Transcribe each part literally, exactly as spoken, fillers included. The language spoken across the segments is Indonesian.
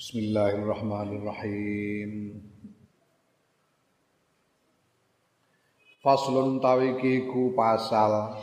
Bismillahirrahmanirrahim. Faslun tawiki ku pasal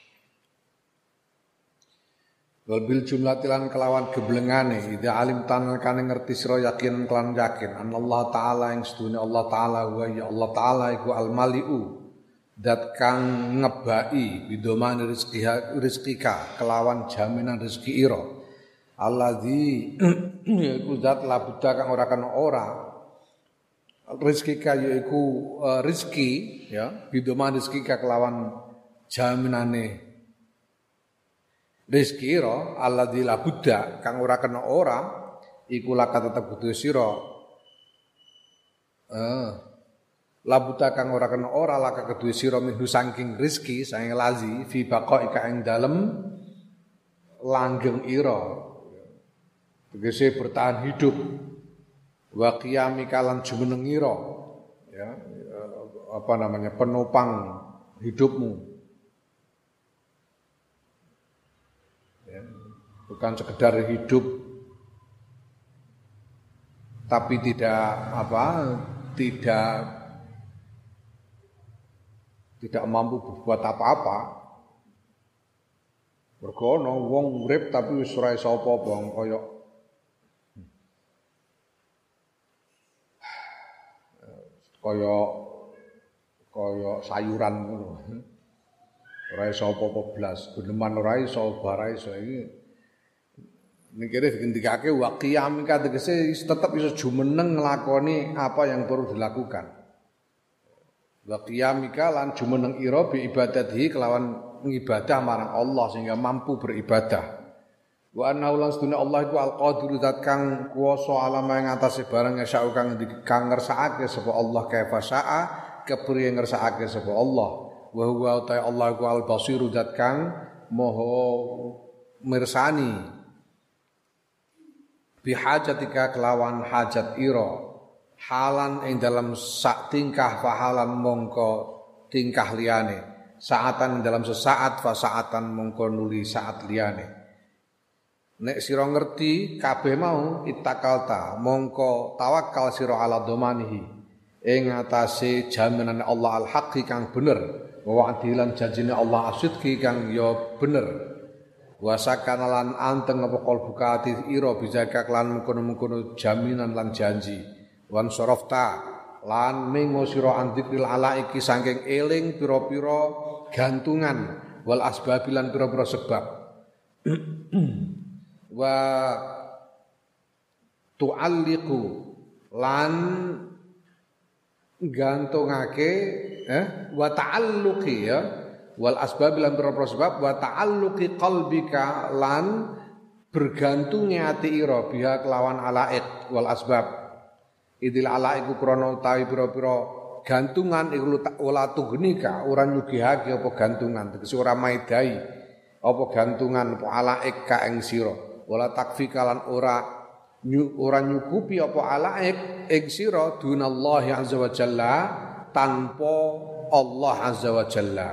wal bil jumlatilan kelawan geblengane ida alim tanal kane ngerti sira yakin kelan yakin anallah taala ing sedune Allah taala wa ya Allah taala iku al maliu dat kang ngebai bidomane rezeki rezekika kelawan jaminan rezeki ira alladzi yaiku zat labuda kang ora kena ora rezeki yaiku uh, rezeki ya bidomane rezeki kelawan jaminane rezeki ira alladzi labuda kang ora kena ora iku laka tetep kudu sira eh labuda kang ora kena ora laka kudu sira minhu saking rezeki saking lazi fi baqaika ing dalem langgeng ira tegese bertahan hidup wa qiyamika lan jumenengira ya apa namanya penopang hidupmu ya, bukan sekedar hidup tapi tidak apa tidak tidak mampu berbuat apa-apa. Mergo ana wong urip tapi wis ora iso apa-apa kaya kaya kaya sayuran ngono. Ora iso apa-apa blas, guneman ora iso, bara iso iki. Mikire digendikake wa qiyamika tegese tetep iso jumeneng nglakoni apa yang perlu dilakukan. Wa qiyamika lan jumeneng ira bi ibadatihi kelawan ngibadah marang Allah sehingga mampu beribadah. Wa anna ulang sedune Allah iku al-qadir zat kang kuwasa alama ing atase barang yasau kang kang ngersakake sapa Allah kaifa sa'a kepriye ngersakake sapa Allah. Wa huwa ta Allah iku al-basir zat kang maha mirsani bihajatika kelawan hajat ira halan ing dalam sak tingkah fahalan mongko tingkah liyane saatan dalam sesaat fa saatan mongko nuli saat liyane. Nek sira ngerti kabeh mau ittakalta mongko tawakal sira ala domanihi ing atase jaminan Allah al-haqqi kang bener wa adilan janjine Allah asidqi kang ya bener wa sakana lan anteng apa qalbuka ati ira bizaka lan mengkono-mengkono jaminan lan janji wan sarafta lan mengo sira andikril alaiki saking eling pira-pira gantungan wal asbabilan pira-pira sebab wa tu'alliqu lan gantungake eh wa ta'alluqi ya wal asbab lan pira-pira sebab wa ta'alluqi qalbika lan bergantungnya ati ira biha kelawan alaik wal asbab idil alaiku krana utawi pira-pira gantungan iku wala tugnika ora nyugihake apa gantungan tegese ora maidai apa gantungan apa alaik ka ing sira wala takfika lan ora ora nyukupi apa alaik ing sira dunallahi azza wa jalla tanpa Allah azza wa jalla.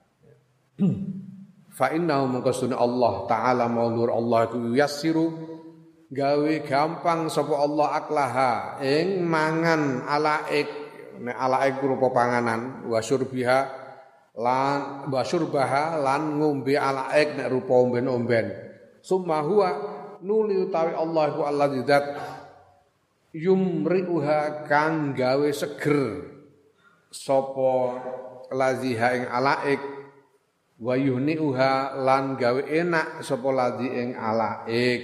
Fa innahu mungkasuna Allah taala maulur Allah iku yassiru gawe gampang sapa Allah aklaha ing mangan alaik nek alaik rupa panganan wa syurbiha lan wa syurbaha lan ngombe alaik nek rupa omben-omben. Summa huwa nuli utawi Allah iku allazi zat yumriuha kang gawe seger sapa laziha ing alaik wa yuhniuha lan gawe enak sapa lazi ing alaik.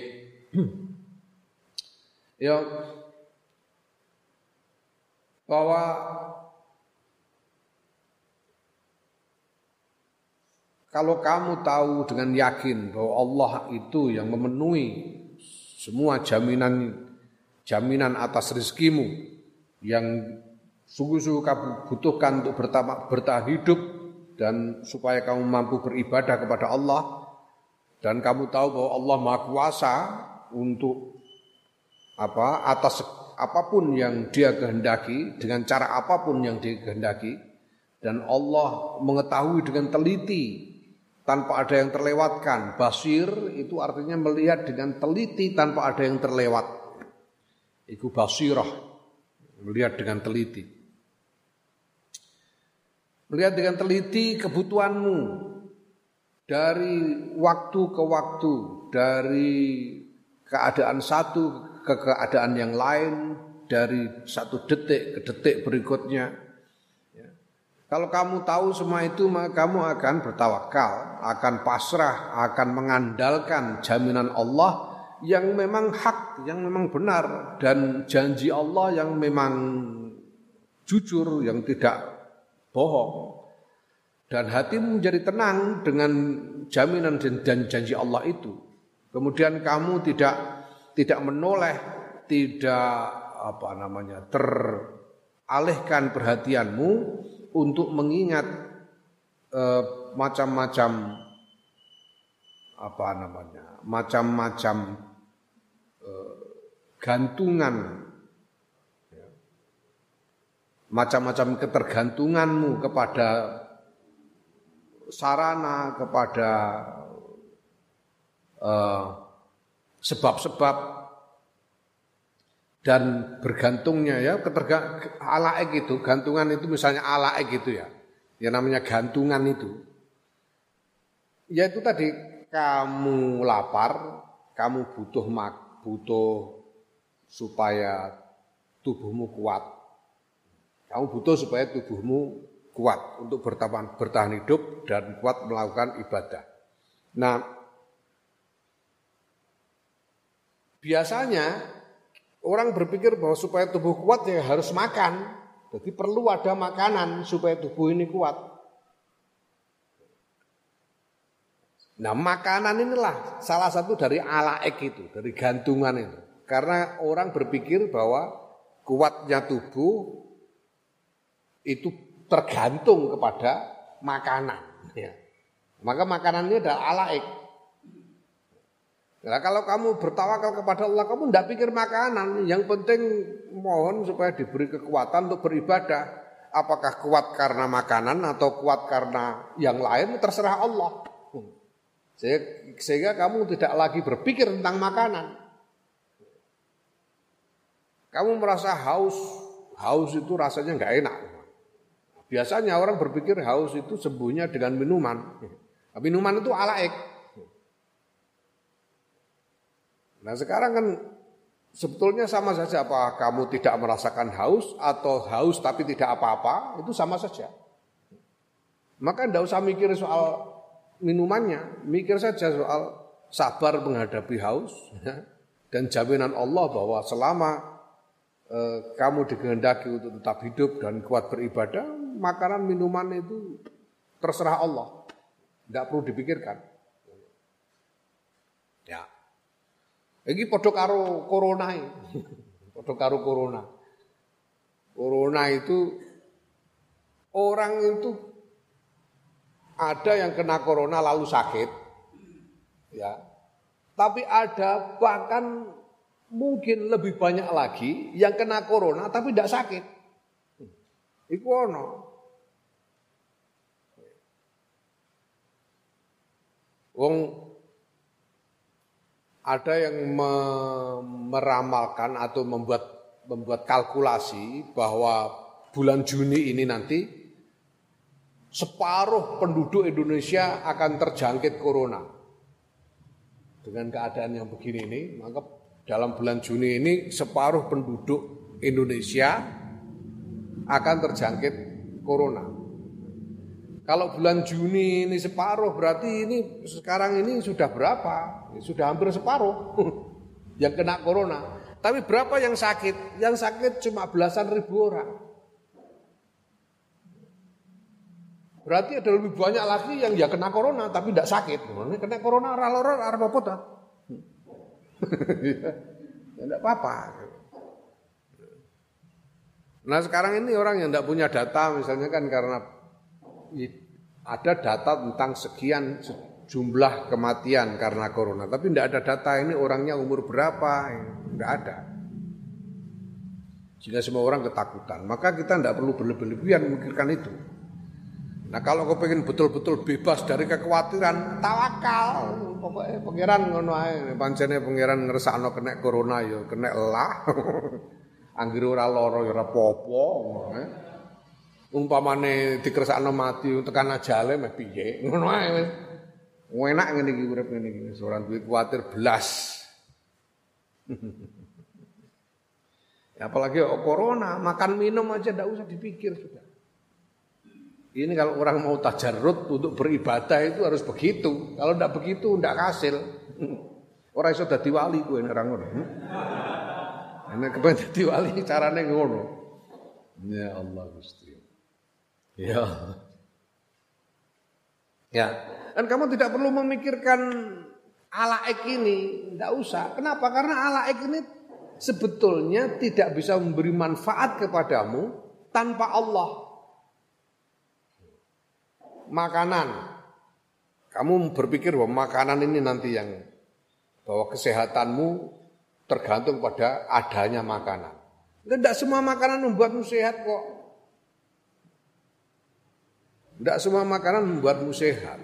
Ya bahwa kalau kamu tahu dengan yakin bahwa Allah itu yang memenuhi semua jaminan jaminan atas rezekimu yang sungguh-sungguh kamu butuhkan untuk bertahan hidup dan supaya kamu mampu beribadah kepada Allah dan kamu tahu bahwa Allah Maha Kuasa untuk apa atas apapun yang Dia kehendaki dengan cara apapun yang Dia kehendaki dan Allah mengetahui dengan teliti tanpa ada yang terlewatkan. Basir itu artinya melihat dengan teliti tanpa ada yang terlewat. Iku basirah, melihat dengan teliti. Melihat dengan teliti kebutuhanmu dari waktu ke waktu, dari keadaan satu ke keadaan yang lain, dari satu detik ke detik berikutnya. Ya. Kalau kamu tahu semua itu, maka kamu akan bertawakal, akan pasrah, akan mengandalkan jaminan Allah yang memang hak, yang memang benar, dan janji Allah yang memang jujur, yang tidak bohong. Dan hatimu menjadi tenang dengan jaminan dan janji Allah itu. Kemudian kamu tidak tidak menoleh, tidak apa namanya teralihkan perhatianmu untuk mengingat eh, macam-macam apa namanya macam-macam eh, gantungan, ya, macam-macam ketergantunganmu kepada sarana, kepada eh, sebab-sebab dan bergantungnya ya keterga alaik itu, gantungan itu misalnya alaik gitu ya, yang namanya gantungan itu, ya itu tadi kamu lapar, kamu butuh mak, butuh supaya tubuhmu kuat, kamu butuh supaya tubuhmu kuat untuk bertahan bertahan hidup dan kuat melakukan ibadah. Nah, biasanya orang berpikir bahwa supaya tubuh kuat ya harus makan. Jadi perlu ada makanan supaya tubuh ini kuat. Nah, makanan inilah salah satu dari alaik itu, dari gantungan itu. Karena orang berpikir bahwa kuatnya tubuh itu tergantung kepada makanan. Ya. Maka makanannya adalah alaik. Nah, kalau kamu bertawakal kepada Allah, kamu tidak pikir makanan. Yang penting mohon supaya diberi kekuatan untuk beribadah. Apakah kuat karena makanan atau kuat karena yang lain, terserah Allah. Sehingga kamu tidak lagi berpikir tentang makanan. Kamu merasa haus, haus itu rasanya nggak enak. Biasanya orang berpikir haus itu sembuhnya dengan minuman. Minuman itu alaik. Nah sekarang kan sebetulnya sama saja, apa kamu tidak merasakan haus atau haus tapi tidak apa-apa, itu sama saja. Maka tidak usah mikir soal minumannya, mikir saja soal sabar menghadapi haus ya, dan jaminan Allah bahwa selama eh, kamu dikehendaki untuk tetap hidup dan kuat beribadah, makanan minuman itu terserah Allah, tidak perlu dipikirkan. Ya. Iki padha karo corona iki. Padha karo corona. Corona itu orang itu ada yang kena corona lalu sakit. Ya. Tapi ada bahkan mungkin lebih banyak lagi yang kena corona tapi tidak sakit. Iku ono. Wong ada yang meramalkan atau membuat membuat kalkulasi bahwa bulan Juni ini nanti separuh penduduk Indonesia akan terjangkit corona. Dengan keadaan yang begini ini, maka dalam bulan Juni ini separuh penduduk Indonesia akan terjangkit corona. Kalau bulan Juni ini separuh, berarti ini sekarang ini sudah berapa? Sudah hampir separuh yang kena corona. Tapi berapa yang sakit? Yang sakit cuma belasan ribu orang. Berarti ada lebih banyak lagi yang ya kena corona tapi tidak sakit. Kena corona ora-ora ora apa-apa ta. Ya enggak apa-apa. Nah sekarang ini orang yang tidak punya data misalnya kan karena ada data tentang sekian jumlah kematian karena corona, tapi tidak ada data ini orangnya umur berapa, tidak ada. Sehingga semua orang ketakutan. Maka kita tidak perlu berlebihan memikirkan itu. Nah kalau kau pengen betul-betul bebas dari kekhawatiran, tawakal. Pokoknya pangeran ngono ae. Pancene pangeran ngersakno kena corona ya kena lah. Anggere ora lara ya ora apa-apa. Umpamane dikersakno mati tekan ajale meh piye. Ngono ae wis. Enak ngene iki urip ngene iki. Ora duwe kuwatir belas. Ya, apalagi corona, makan minum aja tidak usah dipikir sudah. Ini kalau orang mau tajarrud untuk beribadah itu harus begitu. Kalau tidak begitu tidak hasil. Orang iso dadi wali kowe nek ora ngono. Nek kepen dadi wali carane ngono. Ya Allah Gusti. Ya. Ya. Dan kamu tidak perlu memikirkan alaik ini, tidak usah. Kenapa? Karena alaik ini sebetulnya tidak bisa memberi manfaat kepadamu tanpa Allah. Makanan, kamu berpikir bahwa makanan ini nanti yang bahwa kesehatanmu tergantung pada adanya makanan. Tidak semua makanan membuatmu sehat kok. Tidak semua makanan membuatmu sehat.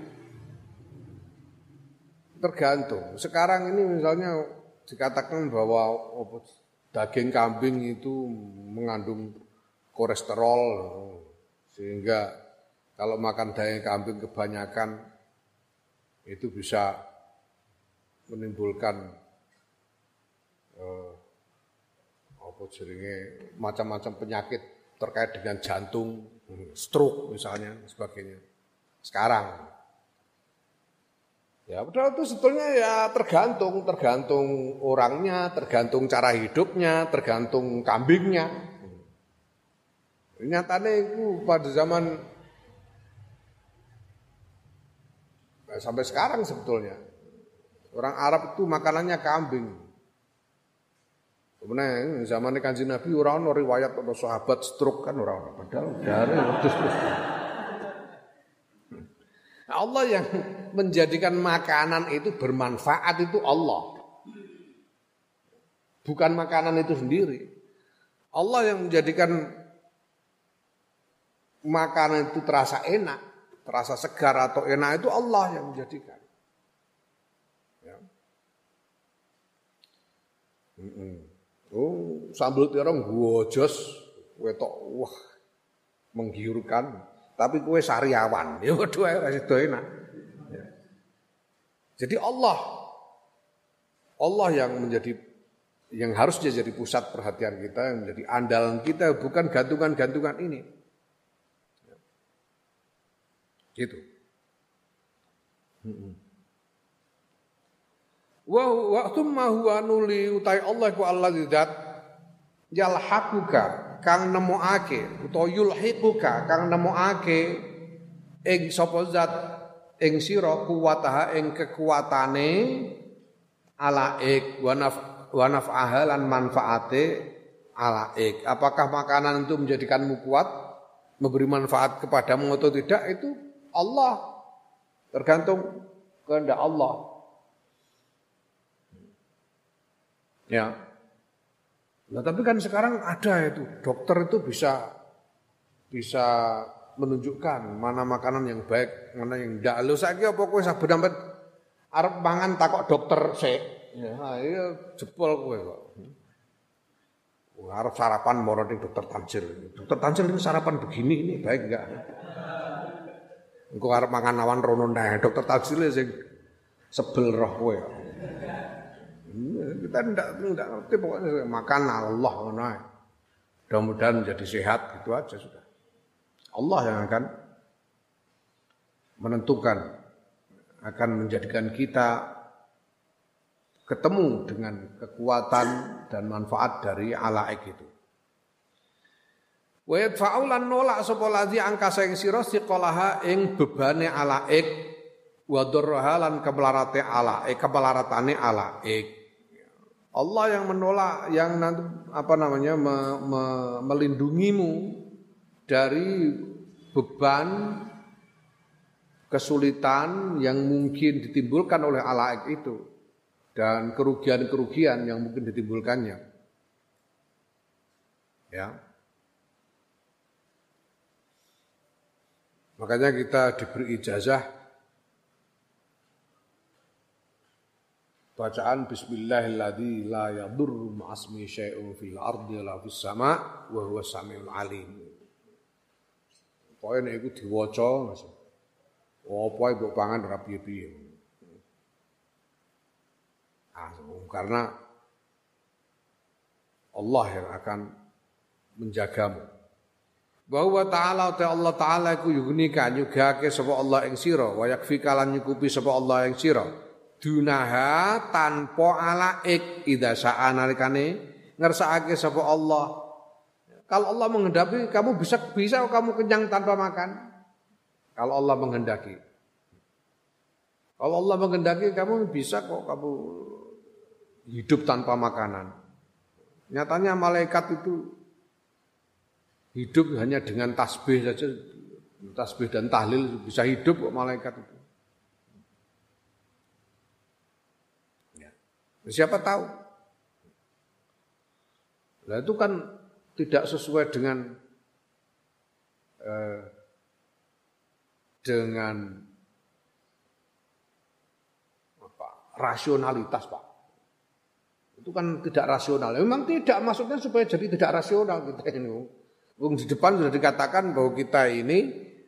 Tergantung. Sekarang ini misalnya dikatakan bahwa daging kambing itu mengandung kolesterol sehingga kalau makan daging kambing kebanyakan itu bisa menimbulkan eh, apa jenenge macam-macam penyakit terkait dengan jantung, stroke misalnya sebagainya. Sekarang ya padahal itu sebetulnya ya tergantung, tergantung orangnya, tergantung cara hidupnya, tergantung kambingnya. Nyatane itu pada zaman sampai sekarang sebetulnya orang Arab itu makanannya kambing. Kemudian zaman Kanjeng Nabi ora ono riwayat ono sahabat stroke kan ora ono padahal dari terus. Nah, Allah yang menjadikan makanan itu bermanfaat itu Allah. Bukan makanan itu sendiri. Allah yang menjadikan makanan itu terasa enak. Terasa segar atau enak itu Allah yang menjadikan. Ya. Oh, sambal terong gojos, wetok wah menggiurkan. Tapi kue sariawan, ya waduh ora sido enak. Ya. Jadi Allah, Allah yang menjadi yang harusnya jadi pusat perhatian kita, yang menjadi andalan kita, bukan gantungan-gantungan ini. Gitu. Wa waktu ma huwa nuli utai Allah ku Allah zat yalhaquka kang nemokake utawa yulhiquka kang nemokake ing sapa zat ing sira kuwataha ing kekuatane alaik wa naf wa naf'aha lan manfaate alaik. Apakah makanan itu menjadikanmu kuat, memberi manfaat kepadamu atau tidak itu Allah, tergantung kehendak Allah. Ya. Nah, tapi kan sekarang ada itu, dokter itu bisa bisa menunjukkan mana makanan yang baik, mana yang tidak. Lho saiki apa kowe saben ampet arep mangan takok dokter sik. Ya, nah, iya jebol kowe kok. Arep sarapan moro ning dokter Tanjil. Dokter Tanjil ini sarapan begini ini baik enggak? Engko arep mangan awan rono neh, dokter Tajil sing sebel roh kowe. Kita ndak ndak ngerti pokoknya makan Allah ngono ae. Mudah-mudahan menjadi sehat gitu aja sudah. Allah yang akan menentukan, akan menjadikan kita ketemu dengan kekuatan dan manfaat dari alaik itu. Wa yadfa'ulan nolak sapa ladzi angkasa ing sira siqalaha ing bebane alaik wa darraha lan kemelarate alaik kemelaratane alaik. Allah yang menolak yang nanti apa namanya me, me, melindungimu dari beban kesulitan yang mungkin ditimbulkan oleh alaik itu dan kerugian-kerugian yang mungkin ditimbulkannya. Ya. Makanya kita diberi ijazah bacaan bismillahilladzi la yadurru ma'asmi syai'un fil ardi la fis sama' wa huwas samiul alim. Pokoke nek iku diwaca apa ibu pangan ora piye-piye. Ah, karena Allah yang akan menjagamu. Bahwa ta'ala ta Allah ta'ala iku yughnika nyugake sapa Allah ing sira wa yakfika lan nyukupi sapa Allah ing sira. Dunaha tanpa alaik idza sa'a nalikane ngersakake sapa Allah. Kalau Allah menghendaki kamu bisa bisa kamu kenyang tanpa makan. Kalau Allah menghendaki. Kalau Allah menghendaki kamu bisa kok kamu hidup tanpa makanan. Nyatanya malaikat itu hidup hanya dengan tasbih saja, tasbih dan tahlil bisa hidup kok malaikat itu. Ya. Siapa tahu? Nah itu kan tidak sesuai dengan eh, dengan apa, rasionalitas, Pak. Itu kan tidak rasional. Memang tidak, maksudnya supaya jadi tidak rasional kita ini. Di depan sudah dikatakan bahwa kita ini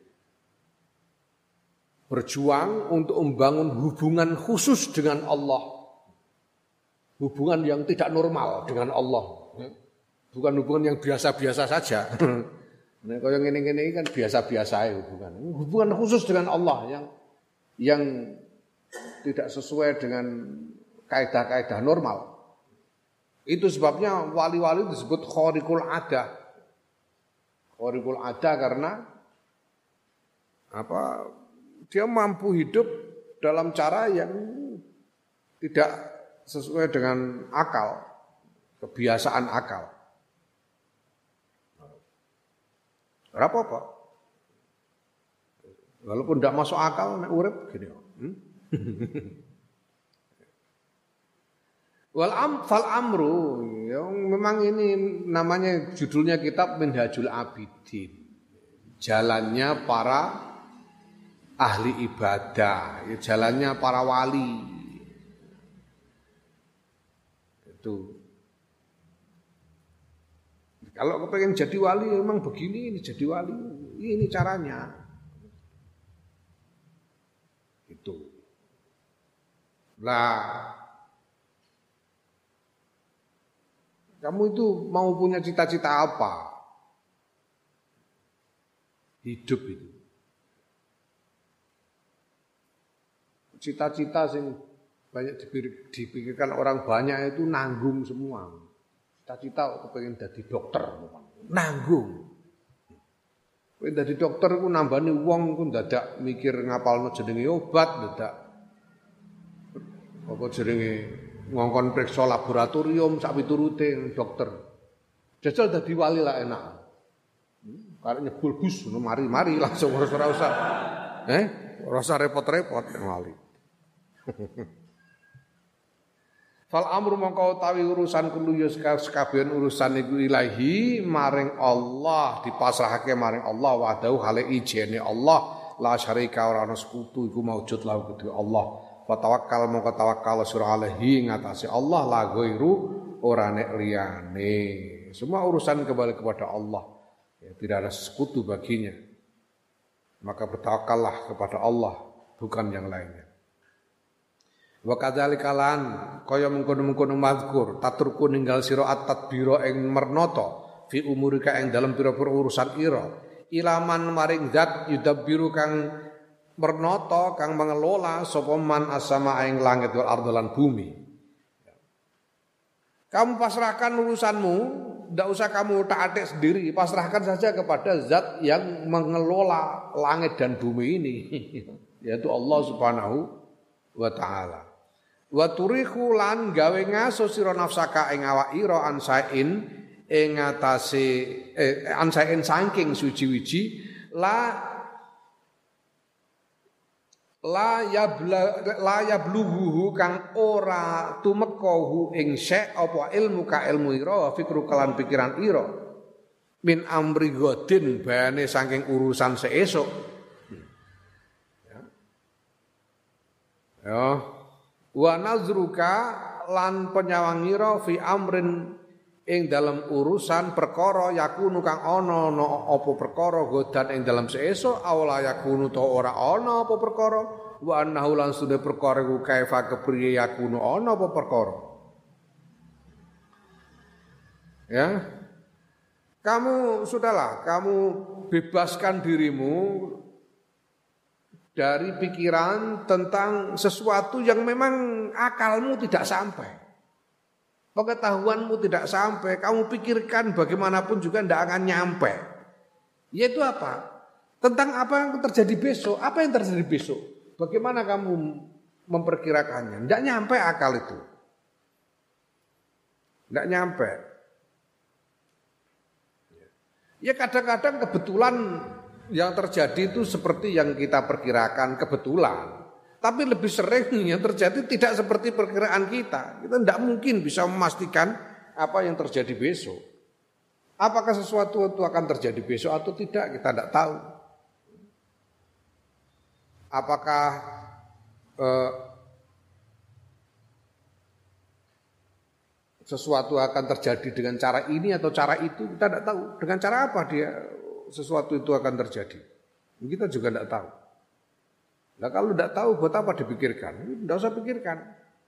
berjuang untuk membangun hubungan khusus dengan Allah. Hubungan yang tidak normal dengan Allah. Bukan hubungan yang biasa-biasa saja. Nah, kalau yang ini-ini kan biasa-biasa ya hubungan. Hubungan khusus dengan Allah yang yang tidak sesuai dengan kaidah-kaidah normal. Itu sebabnya wali-wali disebut khariqul adah. Khariqul adah karena apa? Dia mampu hidup dalam cara yang tidak sesuai dengan akal, kebiasaan akal. Ora apa-apa. Walaupun tidak masuk akal nek urip gini. Hmm? Wal am fal amru, yang memang ini namanya judulnya kitab Minhajul Abidin. Jalannya para ahli ibadah, jalannya para wali. Itu. Kalau kepengen jadi wali memang begini, ini jadi wali, ini caranya. Itu. Lah, kamu itu mau punya cita-cita apa? Hidup itu. Cita-cita yang banyak dipikirkan orang banyak itu nanggung semua. Cita-cita kepengen jadi dokter, nanggung. Pengen jadi dokter ku nambani wong ku dadak mikir ngapalno jenenge obat, dadak apa jenenge ngongkon periksa laboratorium sak piturute dokter. Jajal dadi wali lah enak. Karek nyebul bus mari-mari langsung ora usah. Eh, ora usah repot-repot wali. Fal amru mongko utawi urusan kulo ya sekabehan urusan iku ilahi maring Allah, dipasrahake maring Allah wa'dahu hale ijene Allah la syarika ora ana sekutu iku maujud lahu kudu Allah. Wa tawakkal mongko tawakkal sira alaihi ngatasi Allah la ghairu ora nek liyane. Semua urusan kembali kepada Allah. Ya, tidak ada sekutu baginya. Maka bertawakallah kepada Allah bukan yang lainnya. Wa kadzalika lan kaya mengkono-mengkono mazkur taturku ninggal sira at-tadbira ing mernata fi umurika ing dalem pira-pira urusan ira ilaman maring zat yudabbiru kang mernata kang mengelola sapa man asama ing langit wal ardh lan bumi. Kamu pasrahkan urusanmu, ndak usah kamu utak-atik sendiri, pasrahkan saja kepada zat yang mengelola langit dan bumi ini, yaitu Allah Subhanahu wa taala. Wa turiku lan gawe ngaso sira nafsaka ing awak ira ansain ing atase eh, ansain saking suci-wiji la la yabla la yablughu kang ora tumekahu ing syek apa ilmu ka ilmu ira fikru kalan pikiran ira min amri godin bayane saking urusan seesuk Ya. Wa nazruka lan penyawangira fi amrin ing dalam urusan perkara yakunu kang ana ana apa perkara godan ing dalam seesuk awala yakunu ta ora ana apa perkara wa annahu lan sude perkara ku kaifa kepriye yakunu ana apa perkara. Ya. Kamu sudahlah, kamu bebaskan dirimu dari pikiran tentang sesuatu yang memang akalmu tidak sampai. Pengetahuanmu tidak sampai, kamu pikirkan bagaimanapun juga tidak akan nyampe. Yaitu apa? Tentang apa yang terjadi besok, apa yang terjadi besok. Bagaimana kamu memperkirakannya? Tidak nyampe akal itu. Tidak nyampe. Ya kadang-kadang kebetulan yang terjadi itu seperti yang kita perkirakan kebetulan. Tapi lebih sering yang terjadi tidak seperti perkiraan kita. Kita tidak mungkin bisa memastikan apa yang terjadi besok. Apakah sesuatu itu akan terjadi besok atau tidak, kita tidak tahu. Apakah eh, sesuatu akan terjadi dengan cara ini atau cara itu, kita tidak tahu. Dengan cara apa dia sesuatu itu akan terjadi, kita juga tidak tahu. Nah kalau tidak tahu buat apa dipikirkan? Tidak usah pikirkan.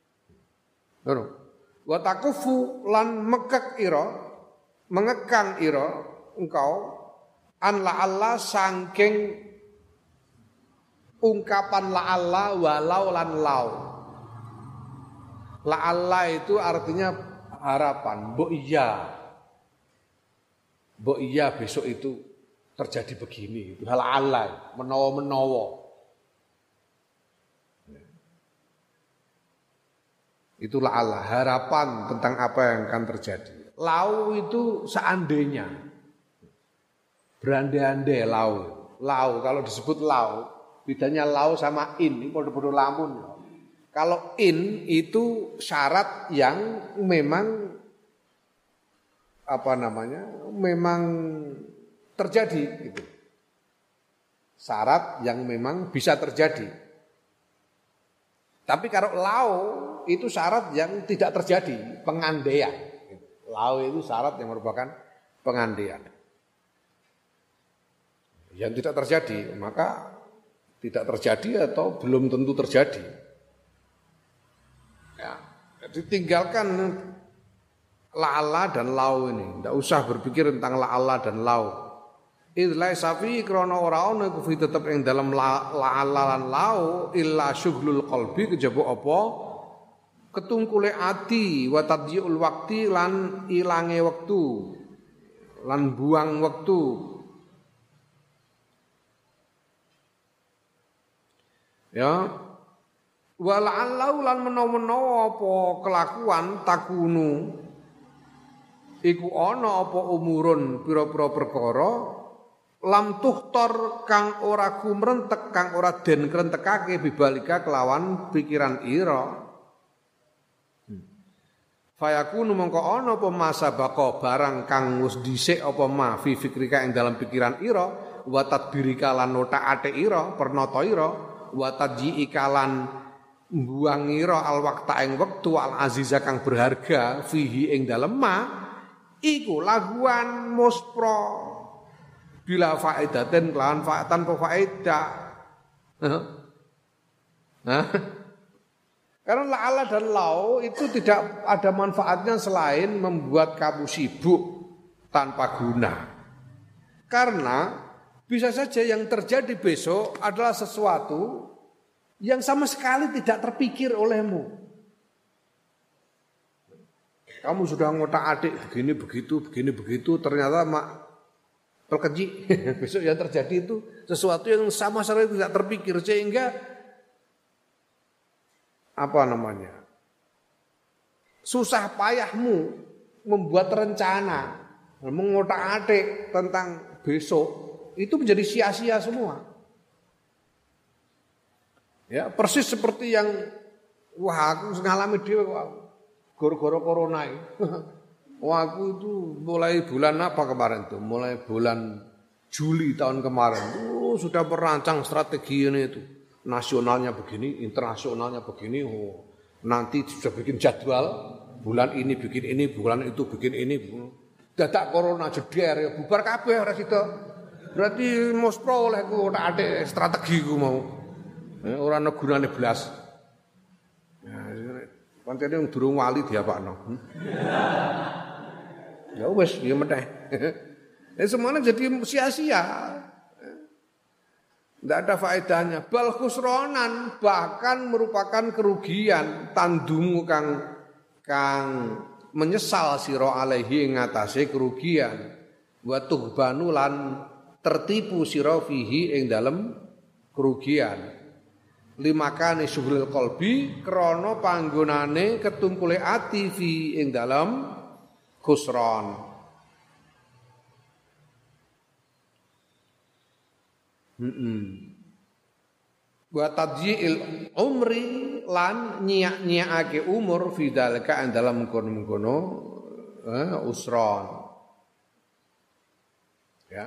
Wa takufu lan mekek ira, mengekang ira engkau an la Allah saking ungkapan la Allah walau lan lau. La Allah itu artinya harapan, mbok iya. Mbok iya besok itu terjadi begini, itu hal Allah, menawa-menawa. Itulah Allah, harapan tentang apa yang akan terjadi. Lau itu seandainya. Berandai-andai lau. Lau, kalau disebut lau, bedanya lau sama in, ini podo-podo lamun. Kalau in itu syarat yang memang apa namanya? Memang terjadi gitu. Syarat yang memang bisa terjadi. Tapi kalau lau itu syarat yang tidak terjadi, pengandaian. Lau itu syarat yang merupakan pengandaian. Yang tidak terjadi, maka tidak terjadi atau belum tentu terjadi. Ya, jadi tinggalkan la'alla dan lau ini. Tidak usah berpikir tentang la'alla dan lau. Idlai safi krono ora ono iku fi tetep ing dalam la'alla lan lau illa syughlul qalbi kejaba apa ketungkule ati wa tadyiul waqti lan ilange wektu lan buang wektu. Ya wa la'allau lan menawa-menawa apa kelakuan takunu iku ana apa umurun pira-pira perkara lam tuhtor kang ora kumrentek kang ora den krentekake bibalika kelawan pikiran ira. Fayakunu mongko ana apa masa baka barang kang wis dhisik apa ma fi fikrika ing dalam pikiran ira wa tadbirika lan otakake ira pernata ira wa tadjiika lan mbuang ira al waqta ing wektu al aziza kang berharga fihi ing dalem ma iku laguan muspro bila faedaten kelawan tanpa faedah. Hah? Karena la'ala dan lau itu tidak ada manfaatnya selain membuat kamu sibuk tanpa guna. Karena bisa saja yang terjadi besok adalah sesuatu yang sama sekali tidak terpikir olehmu. Kamu sudah ngotak-atik begini begitu, begini begitu, ternyata mak terkejik. Besok yang terjadi itu sesuatu yang sama sekali tidak terpikir sehingga apa namanya? Susah payahmu membuat rencana, mengotak-atik tentang besok itu menjadi sia-sia semua. Ya, persis seperti yang wah aku ngalami dhewe kok gara-gara corona ini. Wah aku itu mulai bulan apa kemarin tuh? Mulai bulan Juli tahun kemarin. Oh, sudah merancang strategi ini itu. nasionalnya begini, internasionalnya begini. Oh, nanti sudah bikin jadwal, bulan ini bikin ini, bulan itu bikin ini. Dadak corona jeder ya bubar kabeh ora sida. Berarti mospro oleh ku tak atik strategi ku mau. Eh, ora ana gunane blas. Ya, pancene wong durung wali diapakno. Hmm? Ya wis, ya meneh. Eh semuanya jadi sia-sia. Tidak ada faedahnya. Bal khusronan bahkan merupakan kerugian. Tandungu kang kang menyesal sira alaihi ngatasé kerugian. Wa tughbanu lan tertipu sira fihi ing dalem kerugian. Limakane syughul qalbi krana panggonane ketungkule ati fi ing dalem khusron. Heeh. Wa tadyi'il umri lan nyiak-nyiakake umur fi dalika ing dalem kono-kono eh, usron. Ya.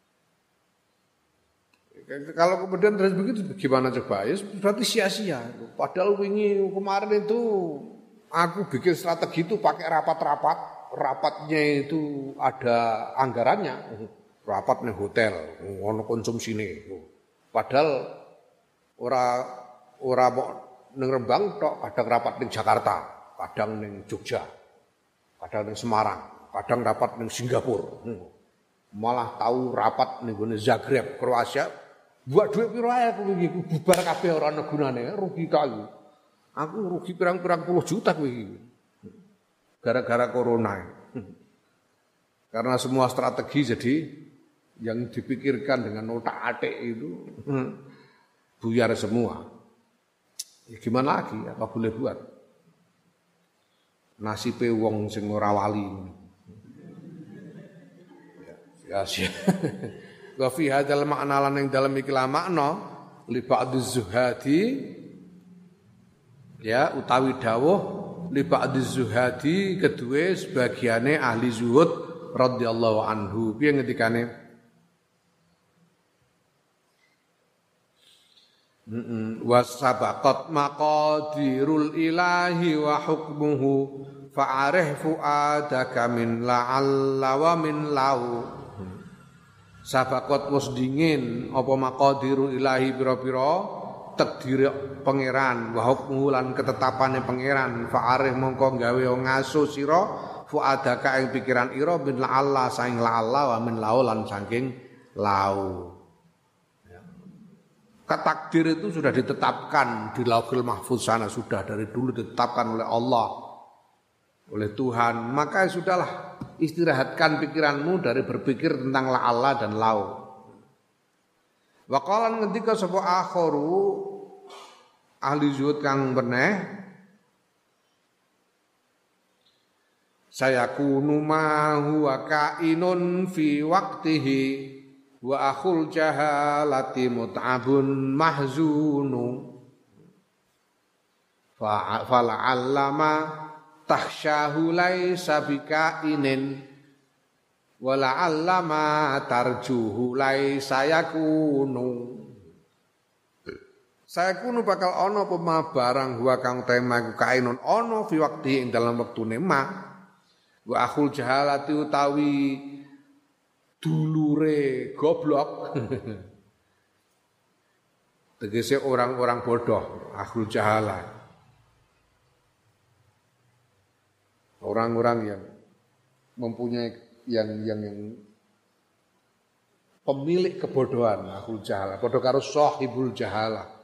Kalau kemudian terus begitu gimana coba? Ya berarti sia-sia. Padahal wingi kemarin itu aku bikin strategi itu pakai rapat-rapat. Rapatnya itu ada anggarannya. Rapat ning hotel, ono konsumsine. Padahal ora ora kok ning Rembang tok, kadang rapat ning Jakarta, kadang ning Jogja, kadang ning Semarang, kadang rapat ning Singapura. Malah tahu rapat ning gone Zagreb, Kroasia. Buat duit piro ae aku iki bubar kabeh ora ana gunane, rugi tok aku. Aku rugi pirang-pirang puluh juta kowe iki. Gara-gara corona. Karena semua strategi jadi yang dipikirkan dengan otak-atik itu buyar semua. Ya gimana lagi? Apa boleh buat? Nasibe wong sing ora wali. Ya sia. Wa fi hadzal ma'na lan ing dalem iki makna li ba'duz zuhadi ya utawi dawuh li ba'duz zuhadi kedue sebagiane ahli zuhud radhiyallahu anhu. Piye ngendikane? Heeh, wasabaqat maqadirul ilahi wa hukmuhu fa'arih fuadaka min la'alla wa min lau. Sabaqat wis dingin apa maqadirul ilahi pira-pira takdir pangeran wa hukmuhu lan ketetapane pangeran fa'arih mongko gawe ngaso sira fuadaka ing pikiran ira min la'alla saing la'alla wa min lau lan saking lau. Takdir itu sudah ditetapkan di Lauhul Mahfuz sana, sudah dari dulu ditetapkan oleh Allah, oleh Tuhan. Maka sudahlah, istirahatkan pikiranmu dari berpikir tentang la'alla dan lau. Wa qala ngendika sapa akharu ahli zuhud kang beneh, sayakunu ma huwa kainun fi waqtihi wa akhul jahalati mut'abun mahzunu fa fala'allama tahsyahu laisa bikainin wa la'allama tarjuhu laisa yakunu. Sayakunu bakal ana apa barang huwa kang tema iku kainun ana fi waqti ing dalam wektune ma wa akhul jahalati utawi dulure goblok. Tegese orang-orang bodoh, ahlul jahalah. Orang-orang yang mempunyai yang yang yang pemilik kebodohan, ahlul jahalah. Padha karo sahibul jahalah.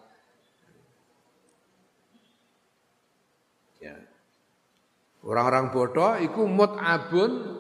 Ya. Orang-orang bodoh iku mut'abun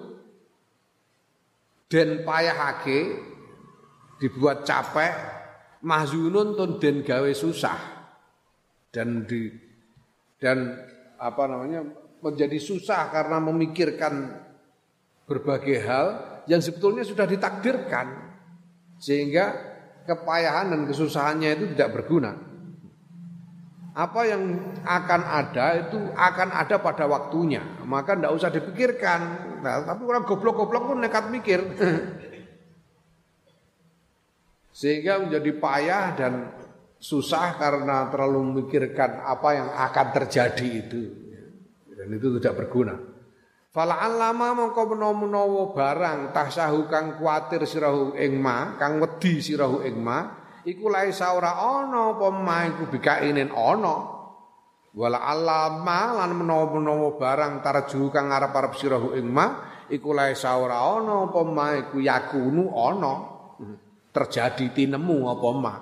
den payahake dibuat capek mahzunun tun den gawe susah dan di dan apa namanya menjadi susah karena memikirkan berbagai hal yang sebetulnya sudah ditakdirkan sehingga kepayahan dan kesusahannya itu tidak berguna. Apa yang akan ada itu akan ada pada waktunya, maka tidak usah dipikirkan. Nah, tapi orang goblok-goblok pun nekat mikir, sehingga menjadi payah dan susah karena terlalu memikirkan apa yang akan terjadi itu. Dan itu tidak berguna. Fala allama mongko menawa barang tahsahu kang kuatir sirahu ing ma, kang wedi sirahu ing ma, iku laisa ora ana apa ma iku bikainen ana. Wala allama lan menawa-menawa barang tarju kang arep-arep sirahu ing ma, iku laisa ora ana apa ma iku yakunu ana. Terjadi tinemu apa ma.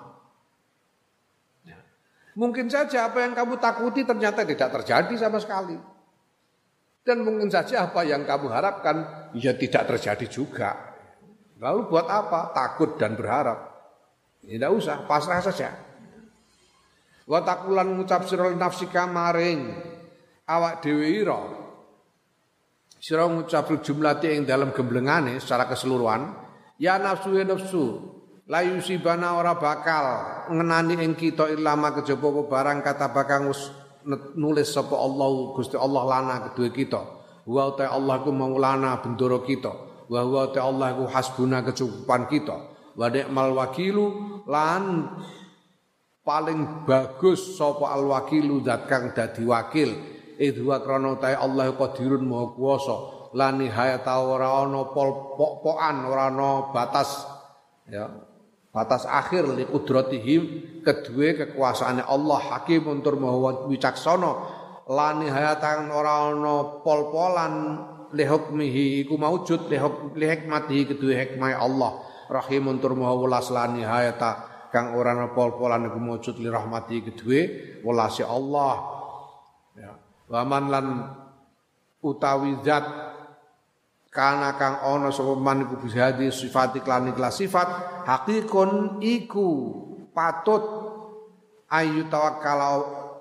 Mungkin saja apa yang kamu takuti ternyata tidak terjadi sama sekali. Dan mungkin saja apa yang kamu harapkan ya tidak terjadi juga. Lalu buat apa? Takut dan berharap. Tidak usah, pasrah saja. Wa taqulan ngucap sira nafsika maring awak dhewe ira. Sira ngucap jumlati ing dalam gemblengane secara keseluruhan, ya nafsu ya nafsu, la yusibana ora bakal ngenani ing kita ilama kejaba barang kata bakang nulis sapa Allah Gusti Allah lana kedua kita. Wa ta Allah ku maulana bendoro kita. Wa wa ta Allah ku hasbuna kecukupan kita. Wa ni'mal wakilu lan paling bagus sapa al wakilu zat kang dadi wakil. Idwa krana ta Allah qadirun maha kuwasa. Lan nihayata ora ana pol-pokan ora ana batas ya. Batas akhir li qudratihim kedue kekuasaane Allah hakim tur maha wicaksana lan hayatan ora ana pol-polan li hukmihi iku maujud li hikmatihi kedue hikmah Allah rahim tur maha welas lan hayata kang ora ana pol-polan iku maujud li rahmati kedue welase Allah ya waman lan utawi zat kana kang ana sapa man iku bisa di sifat iklan ikhlas sifat hakikun iku patut ayu tawakkala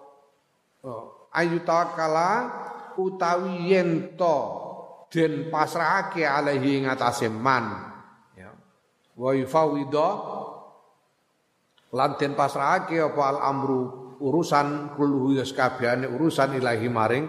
ayu tawakkala utawi yen to den pasrahake alaihi ing atase man ya wa yufawidha lan den pasrahake apa al amru urusan kulluhu sakabehane urusan ilahi maring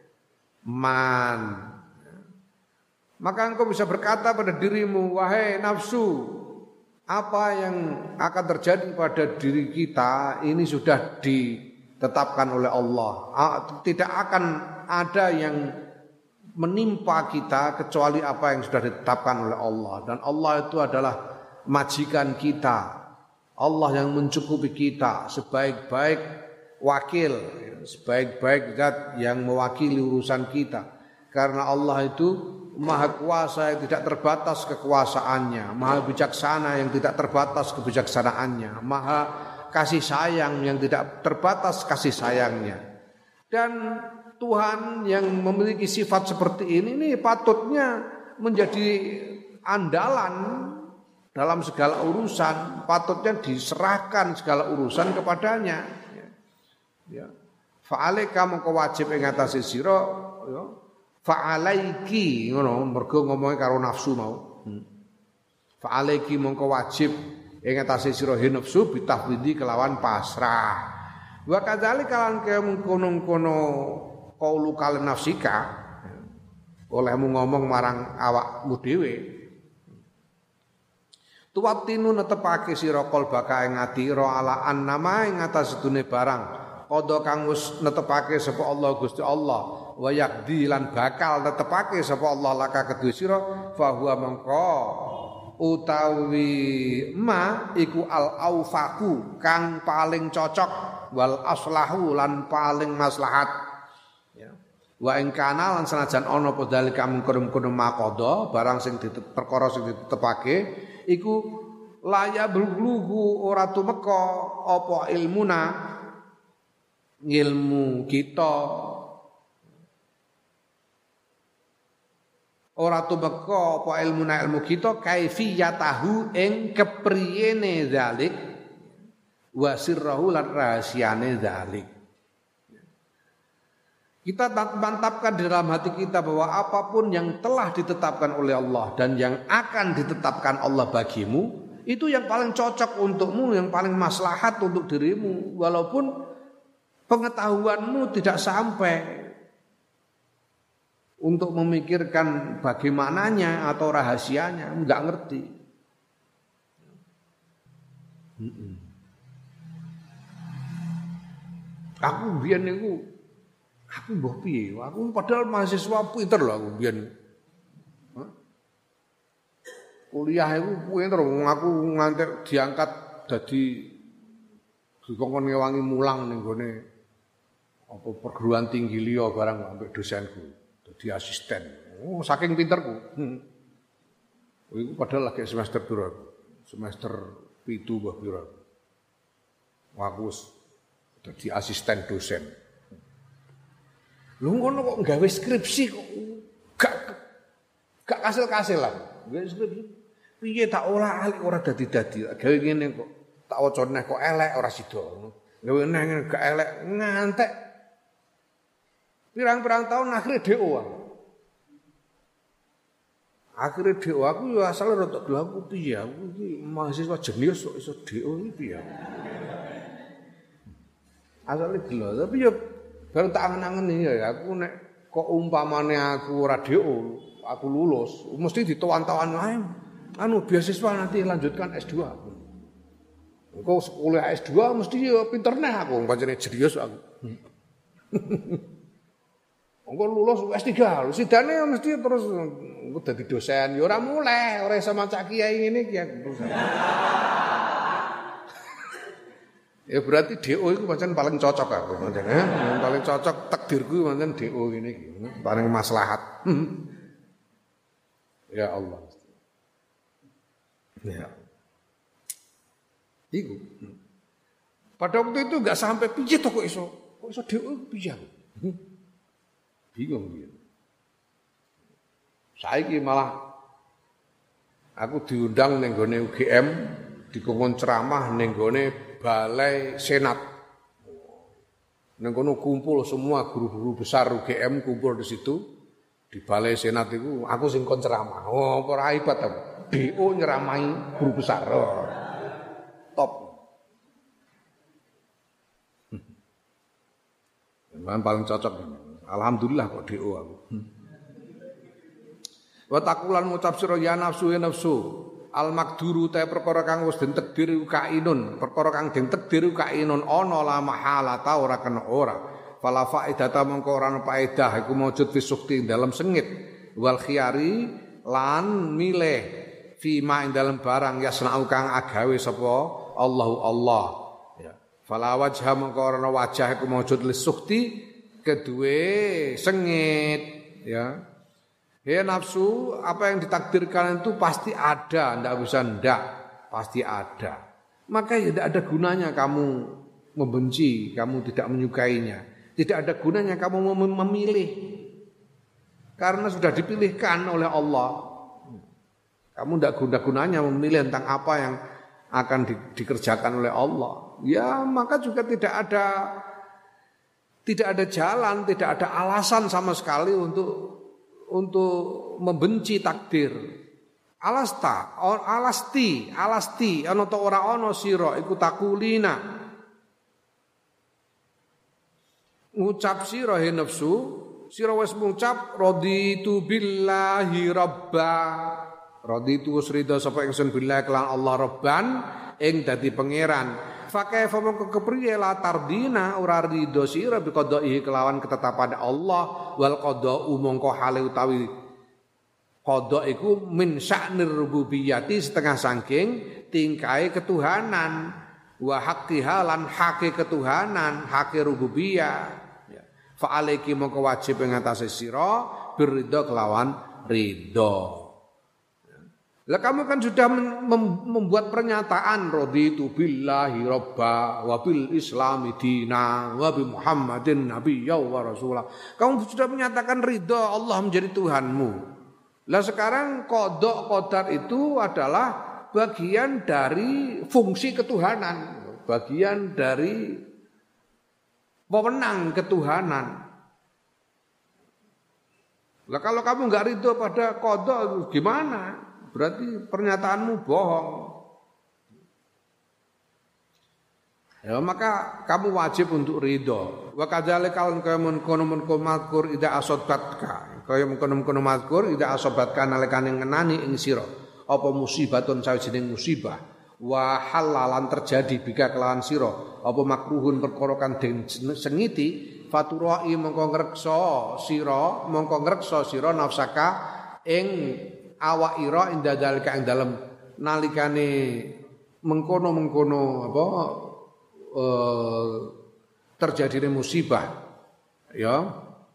man. Maka engkau bisa berkata pada dirimu, wahai nafsu, apa yang akan terjadi pada diri kita ini sudah ditetapkan oleh Allah. Tidak akan ada yang menimpa kita kecuali apa yang sudah ditetapkan oleh Allah. Dan Allah itu adalah majikan kita. Allah yang mencukupi kita sebaik-baik wakil, sebaik-baik zat yang mewakili urusan kita. Karena Allah itu Maha kuasa yang tidak terbatas kekuasaannya, Maha bijaksana yang tidak terbatas kebijaksanaannya, Maha kasih sayang yang tidak terbatas kasih sayangnya. Dan Tuhan yang memiliki sifat seperti ini, ini patutnya menjadi andalan dalam segala urusan, patutnya diserahkan segala urusan kepadanya. Ya. Fa'alaika mongko wajib ing atase sira, ya. Fa'alaiki ngono mergo ngomongke karo nafsu mau. Hmm. Fa'alaiki mongko wajib ing atase sira nafsu bitafwidi kelawan pasrah. Wa kadzalik kalan kaya mengkono-kono qaulu kal nafsika olehmu ngomong marang awakmu dhewe. Tuwatinu netepake sira qalbaka ing ati ra ala annama ing atas sedune barang qada kang wis netepake sapa Allah Gusti Allah. Wa yakdi lan bakal tetepake sapa Allah laka kedue sira fa huwa mangka utawi ma iku al aufaku kang paling cocok wal aslahu lan paling maslahat ya wa ing kana lan senajan ana apa dalika mungkur-mungkur maqada barang sing perkara sing ditetepake iku laya blugluhu ora tumeka apa ilmuna ilmu kita ora tumeka apa ilmuna ilmu kita kaifiyatahu ing kepriyene zalik wa sirrahu lan rahasiane zalik. Kita mantapkan di dalam hati kita bahwa apapun yang telah ditetapkan oleh Allah dan yang akan ditetapkan Allah bagimu itu yang paling cocok untukmu, yang paling maslahat untuk dirimu walaupun pengetahuanmu tidak sampai untuk memikirkan bagaimananya atau rahasianya, enggak ngerti. Aku biyen niku aku mbah piye? Aku padahal mahasiswa pinter lho aku biyen. Kuliah iku pinter aku ngantek diangkat dadi dikongkon ngewangi mulang ning gone apa perguruan tinggi liya barang ambek dosenku. Dadi asisten. Oh, saking pinterku. Hmm. Iku padahal lagi semester piro aku? Semester pitu mbah piro aku. Aku wis dadi asisten dosen. Lho ngono kok gawe skripsi kok gak gak kasil-kasil lah. Gawe skripsi piye tak olah alik ora dadi-dadi. Gawe ngene kok tak waca neh kok elek ora sida. Gawe neh ngene gak elek ngantek. Pirang-pirang tahun akhirnya D O aku. Akhirnya D O aku ya asal rada gelo aku piye aku iki mahasiswa jenius kok iso D O iki piye. Asale gelo tapi ya bareng tak angen-angen ya aku nek kok umpamane aku ora D O, aku lulus, mesti ditawan-tawan wae. Anu beasiswa nanti lanjutkan S dua. Engko kuliah S dua mesti ya pinter neh aku, pancene jenius aku. Engko lulus S tiga, sidane mesti terus engko dadi dosen, ya ora muleh, ora iso macak kiai ngene iki aku. Ya berarti D O itu pancen paling cocok aku pancen ya. Yang paling cocok takdirku pancen D O ngene iki, paling maslahat. Ya Allah. Ya. Iku. Pada waktu itu enggak sampai piye to kok iso, kok iso D O piye. Bingung gitu. Saiki malah aku diundang ning gone U G M, dikongkon ceramah ning gone Balai Senat. Ning kono kumpul semua guru-guru besar U G M kumpul di situ di Balai Senat itu aku sing kon ceramah. Oh, ora hebat aku. D O nyeramahi guru besar. Oh. Top. Memang paling cocok. Alhamdulillah kok D O aku. Wa taqulan ngucap sira ya nafsu ya nafsu. Al makduru ta perkara kang wis den takdir kainun, perkara kang den takdir kainun ana la mahala ta ora kena ora. Fala faidata mengko ora ana faedah iku maujud fi sukti dalam sengit wal khiyari lan milih fi ma ing dalam barang yasnau kang agawe sapa Allahu Allah. Ya. Fala wajha mengko ora ana wajah iku maujud li sukti kedue sengit ya. Ya nafsu apa yang ditakdirkan itu pasti ada, ndak bisa ndak, pasti ada. Maka ya tidak ada gunanya kamu membenci, kamu tidak menyukainya. Tidak ada gunanya kamu memilih. Karena sudah dipilihkan oleh Allah. Kamu tidak guna-gunanya memilih tentang apa yang akan di, dikerjakan oleh Allah. Ya maka juga tidak ada tidak ada jalan, tidak ada alasan sama sekali untuk untuk membenci takdir. Alasta, alasti, alasti, ana ta ora ana sira iku takulina. Ngucap sira he nafsu, sira wis ngucap raditu billahi rabba. Raditu usrida sapa ingsun billahi kelan Allah rabban ing dadi pangeran. Fakai famangko kepriye la tardina ora ridho sira bi qada'i kelawan ketetapan Allah wal qada'u mongko hale utawi qada' iku min sya'nir rububiyyati setengah saking tingkae ketuhanan wa haqqiha lan hake ketuhanan hake rububiyah ya. Fa alaiki mongko wajib ing atase sira birridho kelawan ridho. Lah kamu kan sudah membuat pernyataan raditu billahi robba wa bil islami dina wa bi Muhammadin nabiyya wa rasulah. Kamu sudah menyatakan ridha Allah menjadi Tuhanmu. Lah sekarang qada qadar itu adalah bagian dari fungsi ketuhanan, bagian dari wewenang ketuhanan. Lah kalau kamu enggak ridha pada qada gimana? Berarti pernyataanmu bohong. Ya maka kamu wajib untuk ridho. Wa kadzalika kaya mengkono-mengkono mazkur ida asobatka. Kaya mengkono-mengkono mazkur ida asobatka nalikane ngenani ing sira apa musibatun sawijining musibah. wa halalan terjadi bika kelawan sira apa makruhun perkara kang den sengiti faturai mongko ngreksa sira mongko ngreksa sira nafsaka ing awak ira inda dalika ing dalem nalikane mengkono-mengkono apa eh, terjadine musibah ya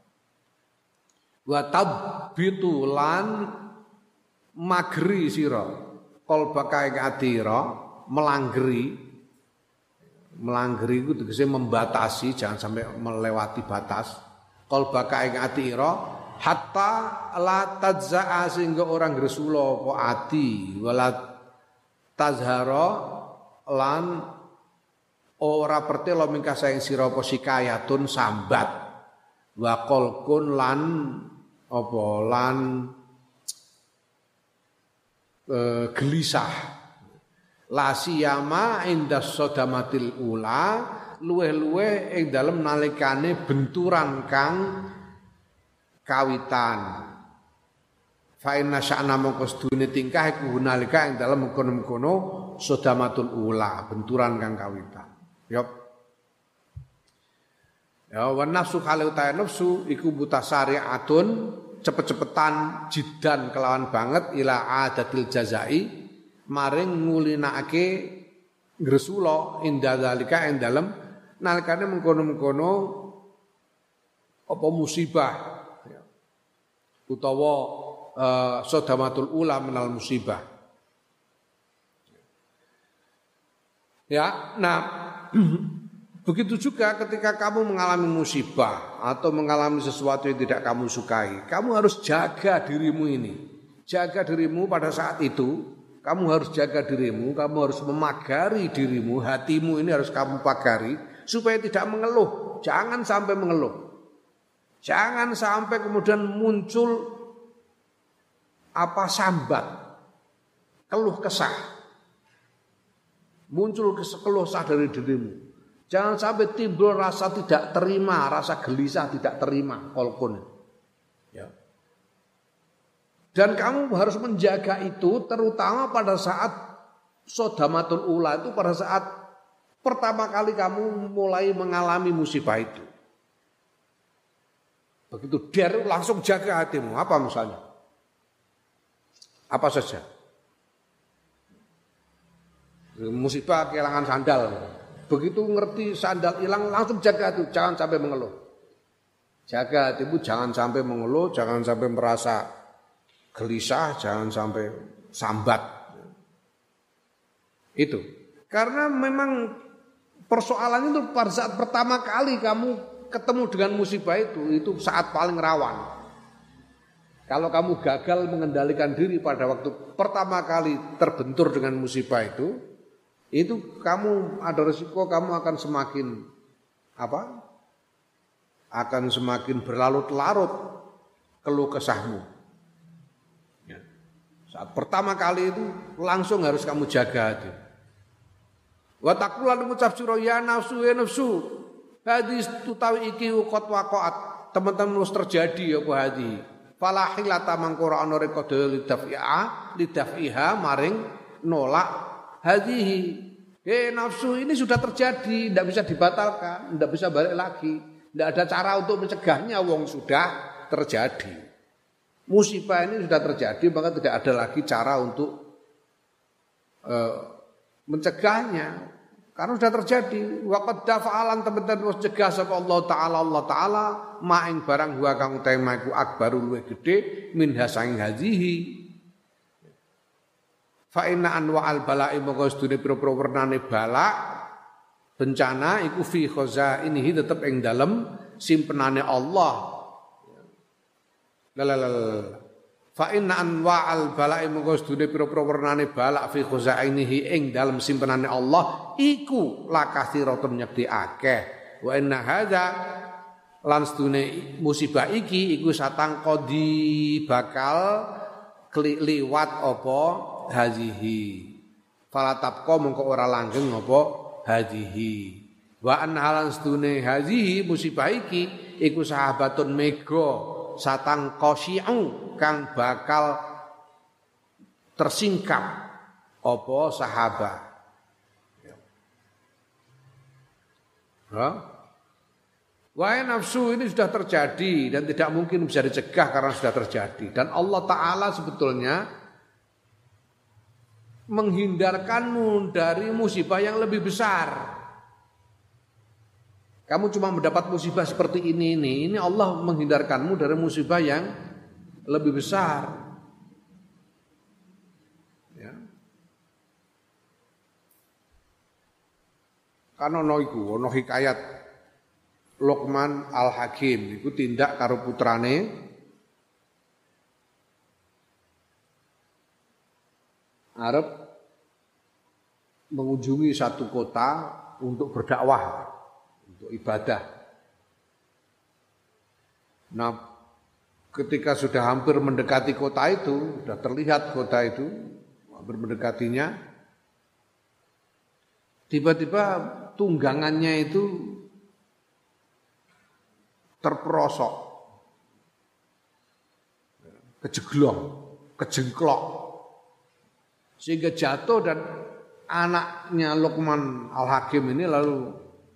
wa tabbitu lan magri sira qalbaka ing atira melanggeri melanggeri itu tegese membatasi jangan sampai melewati batas qalbaka ing atira hatta la tadzaa sehingga orang gresula apa ati wala tazhara lan ora pertelo mingkah saing sira apa sikayatun sambat wa qalqun lan apa lan e, gelisah la siyama indas sadamatil ula luweh-luweh ing dalem nalikane benturan kang kawitan fa inna sya'na mongko sedune tingkah iku nalika ing dalem mengkono-mengkono sadamatul ula benturan kang kawitan yop ya wa nafsu kalau ta nafsu iku mutasari'atun cepet-cepetan jidan kelawan banget ila adatil jazai maring ngulinake gresula inda zalika ing dalem nalikane mengkono-mengkono apa musibah ya. Utawa uh, sodamatul ula menal musibah ya nah begitu juga ketika kamu mengalami musibah atau mengalami sesuatu yang tidak kamu sukai kamu harus jaga dirimu ini jaga dirimu pada saat itu. Kamu harus jaga dirimu, kamu harus memagari dirimu, hatimu ini harus kamu pagari supaya tidak mengeluh, jangan sampai mengeluh. Jangan sampai kemudian muncul apa sambat, keluh kesah. Muncul keluh kesah dari dirimu. Jangan sampai timbul rasa tidak terima, rasa gelisah tidak terima, kolkun. Ya. Dan kamu harus menjaga itu terutama pada saat sodamatul ula itu pada saat pertama kali kamu mulai mengalami musibah itu. Begitu der langsung jaga hatimu. Apa misalnya? Apa saja? Musibah kehilangan sandal. Begitu ngerti sandal hilang langsung jaga hati, jangan sampai mengeluh. Jaga hatimu jangan sampai mengeluh, jangan sampai merasa gelisah, jangan sampai sambat. Itu. Karena memang persoalan itu pada saat pertama kali kamu ketemu dengan musibah itu, itu saat paling rawan. Kalau kamu gagal mengendalikan diri pada waktu pertama kali terbentur dengan musibah itu, itu kamu ada risiko kamu akan semakin apa? Akan semakin berlarut-larut keluh kesahmu. Saat pertama kali itu langsung harus kamu jaga hati. Wa taqulan ngucap sira ya nafsu ya nafsu. Hadis tutawi iki qad waqa'at. Teman-teman wis terjadi apa hadi. Fala hilata mangkura ana rekodo lidafia lidafiha maring nolak hadhihi. Eh nafsu ini sudah terjadi, tidak bisa dibatalkan, tidak bisa balik lagi. Tidak ada cara untuk mencegahnya wong sudah terjadi. Musibah ini sudah terjadi, maka tidak ada lagi cara untuk uh, mencegahnya. Karena sudah terjadi. Waqad dafa'alan teman-teman cegah sapa Allah Ta'ala Allah Ta'ala ma'ing barang huwa kang tema iku akbarul luwih gedhe min hasaing hadhihi. Fa inna anwa'al bala'i mongko sedune pira-pira wernane bala bencana iku fi khazainihi tetep ing dalem simpenane Allah. Lalalala. Fa inna anwa'al bala'i mongko sedune pira-pira wernane balak fi khazainihi ing dalem simpenane Allah iku lakathiratun nyekti akeh. Wa inna hadza lan sedune musibah iki iku satang qadi bakal liwat apa hazihi. Fala tabqa mongko ora langgeng apa hazihi. Wa an halan sedune hazihi musibah iki iku sahabatun mega satang qasyi'u kang bakal tersingkap apa sahabat Ha? Wahai nafsu, ini sudah terjadi dan tidak mungkin bisa dicegah karena sudah terjadi. Dan Allah Ta'ala sebetulnya menghindarkanmu dari musibah yang lebih besar. Kamu cuma mendapat musibah seperti ini ini, ini Allah menghindarkanmu dari musibah yang lebih besar. Ya. Kan ono iku, ono hikayat Luqman Al-Hakim iku tindak karo putrane arep mengunjungi satu kota untuk berdakwah, untuk ibadah. Nah, ketika sudah hampir mendekati kota itu, sudah terlihat kota itu, hampir mendekatinya, tiba-tiba tunggangannya itu terperosok, kejeglong, kejengklok, sehingga jatuh dan anaknya Luqman Al-Hakim ini lalu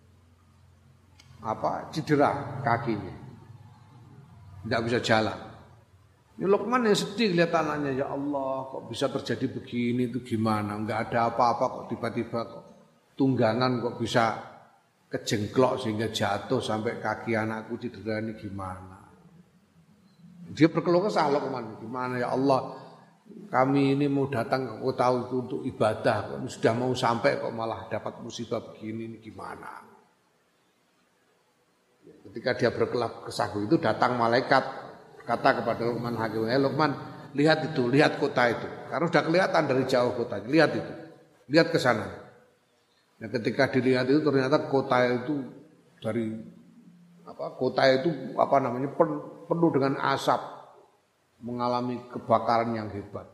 apa cedera kakinya, tidak bisa jalan. Ini Luqman yang sedih lihat anaknya, ya Allah kok bisa terjadi begini, itu gimana? Enggak ada apa-apa kok tiba-tiba kok tunggangan kok bisa kejengklok sehingga jatuh sampai kaki anakku cedera, ini gimana? Dia berkeluh kesah Luqman, gimana ya Allah, kami ini mau datang ke kota itu untuk ibadah, sudah mau sampai kok malah dapat musibah begini, ini gimana? Ketika dia berkeluh kesah itu datang malaikat kata kepada Luqman Hakim, "Eh Luqman, lihat itu, lihat kota itu." Karena sudah kelihatan dari jauh kota, lihat itu. Lihat ke sana. Nah, ketika dilihat itu ternyata kota itu dari apa? Kota itu apa namanya? penuh dengan asap, mengalami kebakaran yang hebat.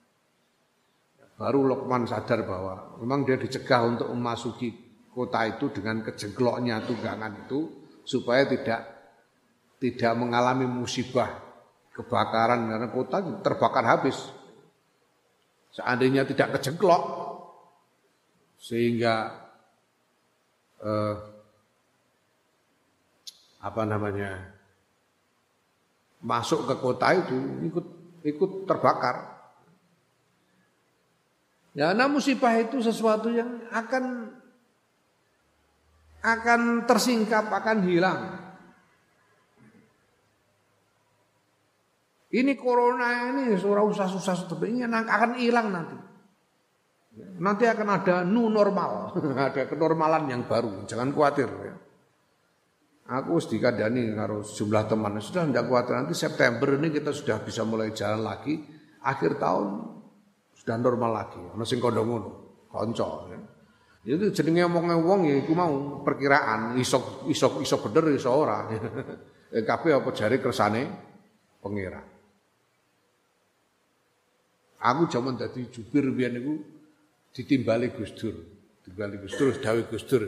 Baru Luqman sadar bahwa memang dia dicegah untuk memasuki kota itu dengan kejengkloknya tunggangan itu supaya tidak tidak mengalami musibah kebakaran karena kota terbakar habis. Seandainya tidak kejengklok sehingga eh, apa namanya masuk ke kota itu ikut ikut terbakar. Ya, nah musibah itu sesuatu yang akan akan tersingkap, akan hilang. Ini corona ini surah usah-susah seperti ini akan hilang nanti. Nanti akan ada new normal, ada kenormalan yang baru. Jangan khawatir. Ya. Aku harus dikadani karo sejumlah teman. Sudah tidak khawatir, nanti September ini kita sudah bisa mulai jalan lagi. Akhir tahun sudah normal lagi. Ono sing kandha ngono, kanca. Ya. Itu jenenge omongnya wong ya iku mau perkiraan, iso iso iso bener iso ora. Eh kabeh apa jare kersane pangeran. Aku jaman dadi jubir biyen niku ditimbali Gus Dur. Ditimbali Gus Dur, dawuh Gus Dur.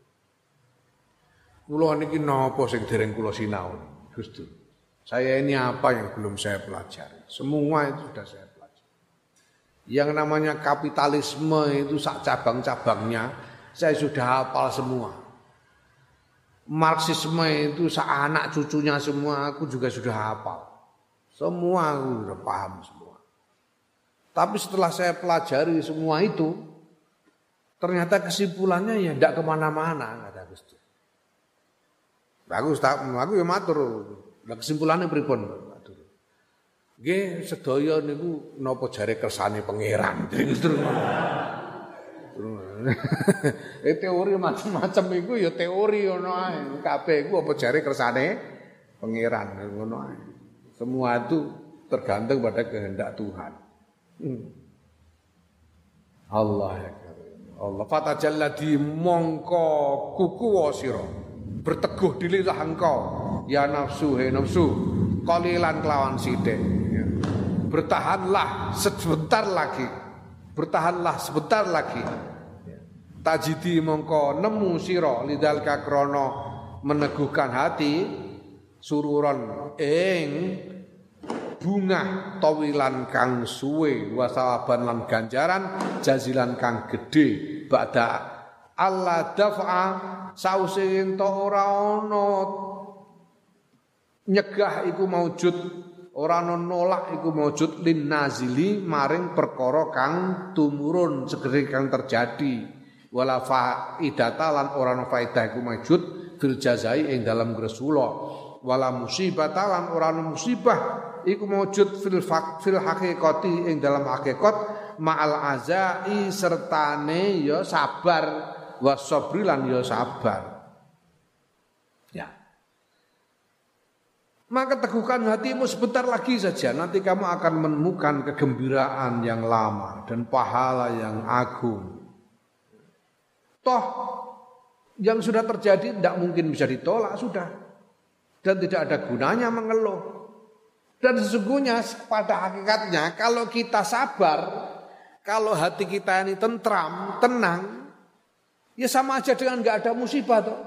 Kula niki napa sing dereng kula sinau, Gus Dur. Saya ini apa yang belum saya pelajari? Semua itu sudah saya pelajari. Yang namanya kapitalisme itu sak cabang-cabangnya saya sudah hafal semua. Marxisme itu sak anak cucunya semua aku juga sudah hafal. Semua aku sudah paham semua. Tapi setelah saya pelajari semua itu, ternyata kesimpulannya ya tidak kemana-mana, kata Gus Dur. Bagus tak? Aku ya matur. Lah kesimpulannya pripun? Nggih sedaya niku napa jare kersane pangeran. Terus eh teori macam-macam iku ya teori ngono ae. Kabeh iku apa jare kersane pangeran ngono ae. Semua itu tergantung pada kehendak Tuhan. Hmm. Allah ya Allah fatajalladi mongko kuku sira berteguh dirilah engkau ya nafsu he nafsu qalilan kelawan sithik. Bertahanlah sebentar lagi. Bertahanlah sebentar lagi. Tajidi mongko nemu sira lidzalika krana meneguhkan hati sururon ing bunga tawilan kang suwe wasawaban lan ganjaran jazilan kang gedhe ba'da Allah daf'a sause ento ora ana nyegah iku maujud, ora ana nolak iku maujud lin nazili maring perkara kang tumurun segere kang terjadi. Wala faidata lan ora ana faedah iku maujud fil jazai ing dalam gresula. Wala musibata lan ora ana musibah iku maujud fil fil haqiqati ing dalam hakikat ma'al azai sertane ya sabar wasabri lan ya sabar. Ya. Maka teguhkan hatimu sebentar lagi saja, nanti kamu akan menemukan kegembiraan yang lama dan pahala yang agung. Toh yang sudah terjadi tidak mungkin bisa ditolak sudah, dan tidak ada gunanya mengeluh. Dan sesungguhnya pada hakikatnya kalau kita sabar, kalau hati kita ini tentram, tenang, ya sama aja dengan nggak ada musibah toh.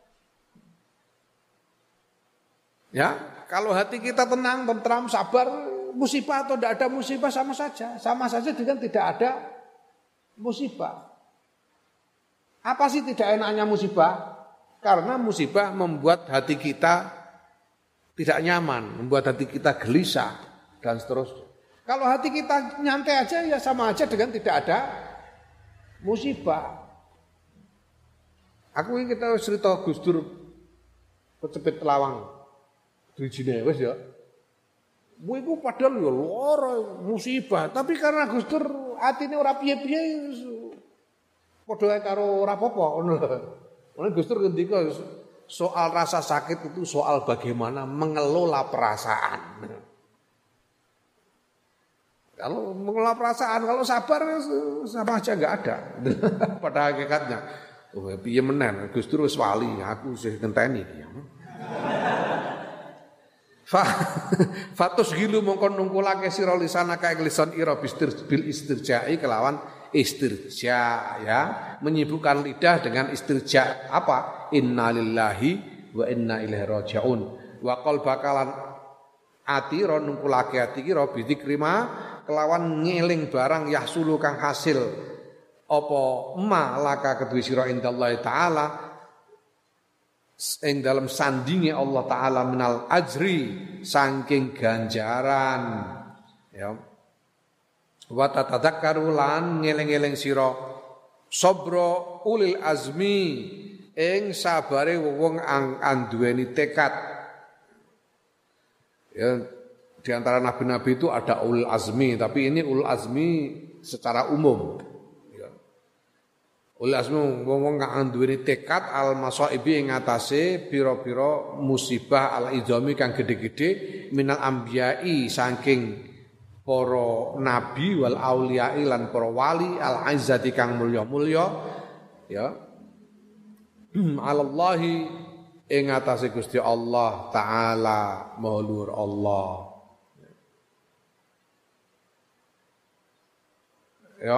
Ya, kalau hati kita tenang, tentram, sabar, musibah atau tidak ada musibah sama saja, sama saja dengan tidak ada musibah. Apa sih tidak enaknya musibah? Karena musibah membuat hati kita tidak nyaman, membuat hati kita gelisah dan seterusnya. Kalau hati kita nyantai aja ya sama aja dengan tidak ada musibah. Aku ini kita cerita Gus Dur kecepit Lawang drijine wis ya. Kuwi iku padahal ya lara musibah, tapi karena Gus Dur atine ora piye-piye padha karo ora apa-apa ngono lho. Mulane Gus Dur ngendika soal rasa sakit itu soal bagaimana mengelola perasaan. Kalau mengelola perasaan, kalau sabar sama aja enggak ada. Pada hakikatnya. Oh, piye menen Gus Dur wis wali, aku sih ngenteni dia. Fa fatus gilu mongkon nungkulake sira lisana kae lisan ira bistir bil istirja'i kelawan istirja ya, menyibukkan lidah dengan istirja apa? Innalillahi wa inna ilaihi raji'un. Wa qol bakalan ati ro nungkulake ati ki ro bidzikrima kelawan ngeling barang yahsulu kang hasil apa ma laka kedue sira indallahi taala ing dalam sandinge Allah taala minal ajri saking ganjaran ya. Wa tatadzakkaru lan ngeling-eling sira sabra ulil azmi ing sabare wong anduweni tekad ya. Di antara nabi-nabi itu ada ulul azmi, tapi ini ulul azmi secara umum. Ulul azmi wong-wong kang duweni tekad al masaibi ing atase pira-pira musibah al idzami kang gedhe-gedhe minal ambiyai saking para nabi wal auliyai lan para wali al izzati kang mulya-mulya ya. Alallahi ing atase Gusti Allah taala maha luhur Allah. Ya,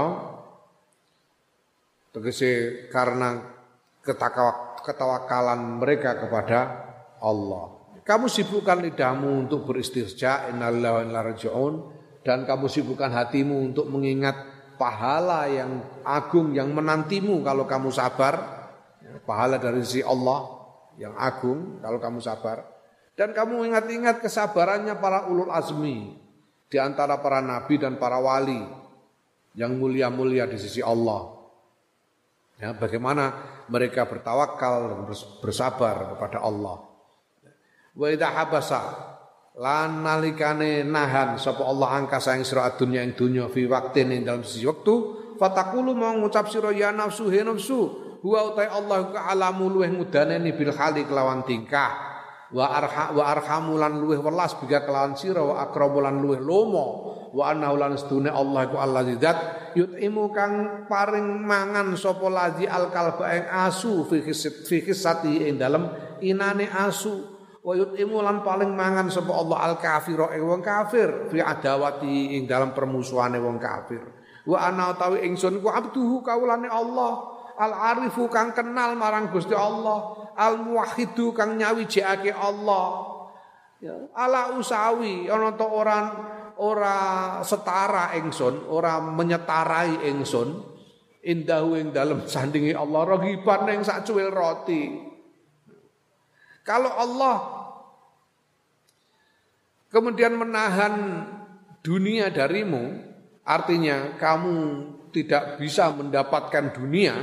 tegese karena ketawakalan mereka kepada Allah. Kamu sibukkan lidahmu untuk beristirja, innalillahi wa inna ilaihi raji'un, dan kamu sibukkan hatimu untuk mengingat pahala yang agung yang menantimu kalau kamu sabar, pahala dari sisi Allah yang agung kalau kamu sabar. Dan kamu ingat-ingat kesabarannya para ulul azmi di antara para nabi dan para wali yang mulia-mulia di sisi Allah. Ya, bagaimana mereka bertawakal dan bersabar kepada Allah. Wa idza habasa lan nalikane nahan sapa Allah angka saing sira dunya ing dunya fi waqtin ing dalam sisi wektu fataqulu mau ngucap sira ya nafsu he nafsu huwa utai Allah ka alamu luweh mudaneni bil hali kelawan tingkah wa arha wa arhamu lan luweh welas biga kelawan sira wa akramu lan luweh lomo wa annahu lan sedune Allah iku allazi zat yut'imu kang paring mangan sapa lazi alkalba ing asu fi kisati ing dalem inane asu wa yut'imu lan paling mangan sapa Allah alkafira ing wong kafir fi adawati ing dalem permusuhane wong kafir wa ana utawi ingsun ku abduhu kaulane Allah al-arifu kang kenal marang Gusti Allah al-muwahhidu kang nyawijake Allah ya ala usawi ana ta ora ora setara ingsun, ora menyetarai ingsun indahu ing dalem sandingi Allah raghiban ing sak cuwil roti. Kalau Allah kemudian menahan dunia darimu, artinya kamu tidak bisa mendapatkan dunia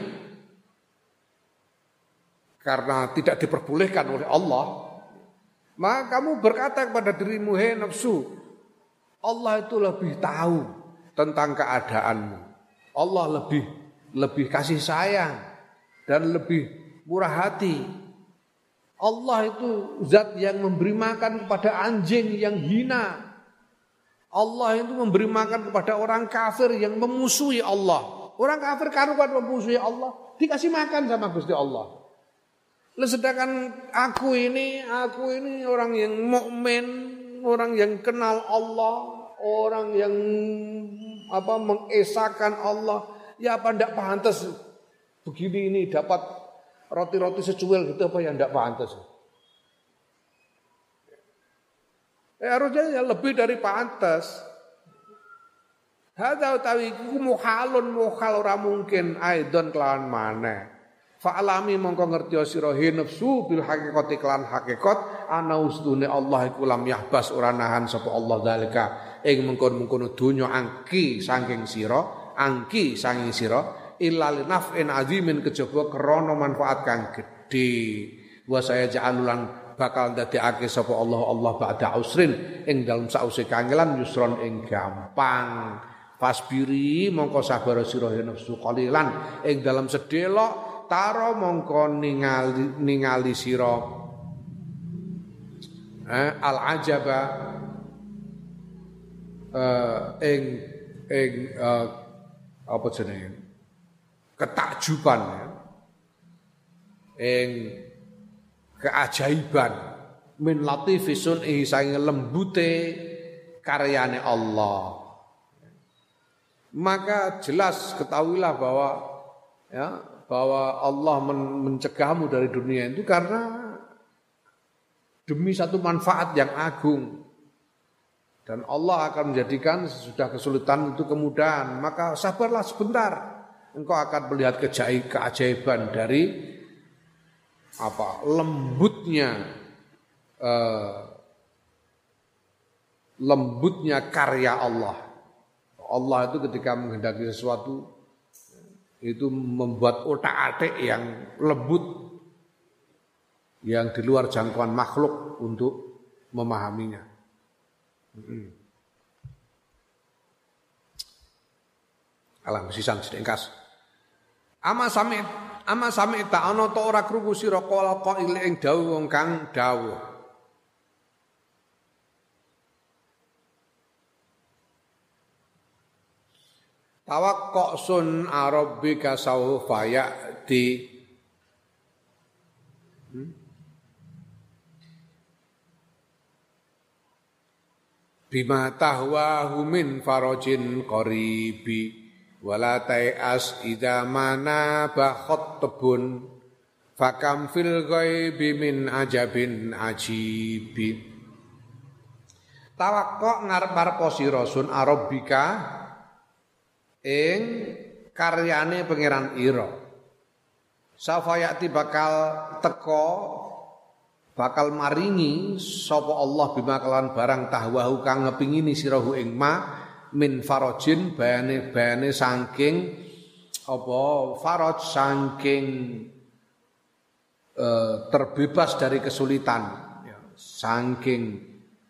karena tidak diperbolehkan oleh Allah, maka kamu berkata kepada dirimu, hei nafsu, Allah itu lebih tahu tentang keadaanmu. Allah lebih lebih kasih sayang dan lebih murah hati. Allah itu zat yang memberi makan kepada anjing yang hina. Allah itu memberi makan kepada orang kafir yang memusuhi Allah. Orang kafir karuan memusuhi Allah, dikasih makan sama Gusti Allah. Sedangkan aku ini, aku ini orang yang mukmin, orang yang kenal Allah, orang yang apa mengesahkan Allah. Ya apa ndak pantas begini ini dapat roti-roti secuil gitu apa yang ndak pantas. Ya harusnya ya lebih dari pantas. Hadza utawi iku muhalun muhal ora mungkin aidon kelawan maneh. Fa'alami mongko ngerti sira nafsu bil haqiqati kelan hakikat ana ustune Allah iku lam yahbas ora nahan sapa Allah zalika ing mengkon-mengkono donya angki saking sira angki saking sira illa linaf'in azimin kejaba krana manfaat kang gedhe wa saya ja'alulan bakal ndadekake sapa Allah Allah ba'da usrin ing dalem sause kangelan yusron ing gampang fasbiri mongko sabar sira nafsu qalilan ing dalem sedelok taro mongko ningali ningali sira eh, al ajaba eh, ing ing eh, apa jenenge ketakjuban ya. Ing keajaiban min latifisun ing sange lembute karyane Allah. Maka jelas ketahuilah bahwa ya bahwa Allah mencegahmu dari dunia itu karena demi satu manfaat yang agung. Dan Allah akan menjadikan sesudah kesulitan itu kemudahan. Maka sabarlah sebentar. Engkau akan melihat keajaiban dari apa lembutnya eh, lembutnya karya Allah. Allah itu ketika menghendaki sesuatu itu membuat otak-atik yang lembut yang di luar jangkauan makhluk untuk memahaminya. Alah sisan sedengkas. Ama sami ama sami ta ana ta ora krungu sira qala qail ing dawuh wong kang dawuh. Tawakkok sun arabbika sawfa ya'ti hmm? bima tahwahu min farajin qaribi wala tai'as idza mana bakhat tebun fakam fil ghaibi min ajabin ajibi. Tawakkok ngarep-arep sira sun arabbika ing karyane pangeran ira safayati bakal teko bakal maringi sapa Allah bima kelan barang tahwahu kang ngepingini sirahu ing ma min farajin bayane-bayane saking apa faraj saking eh, terbebas dari kesulitan ya, saking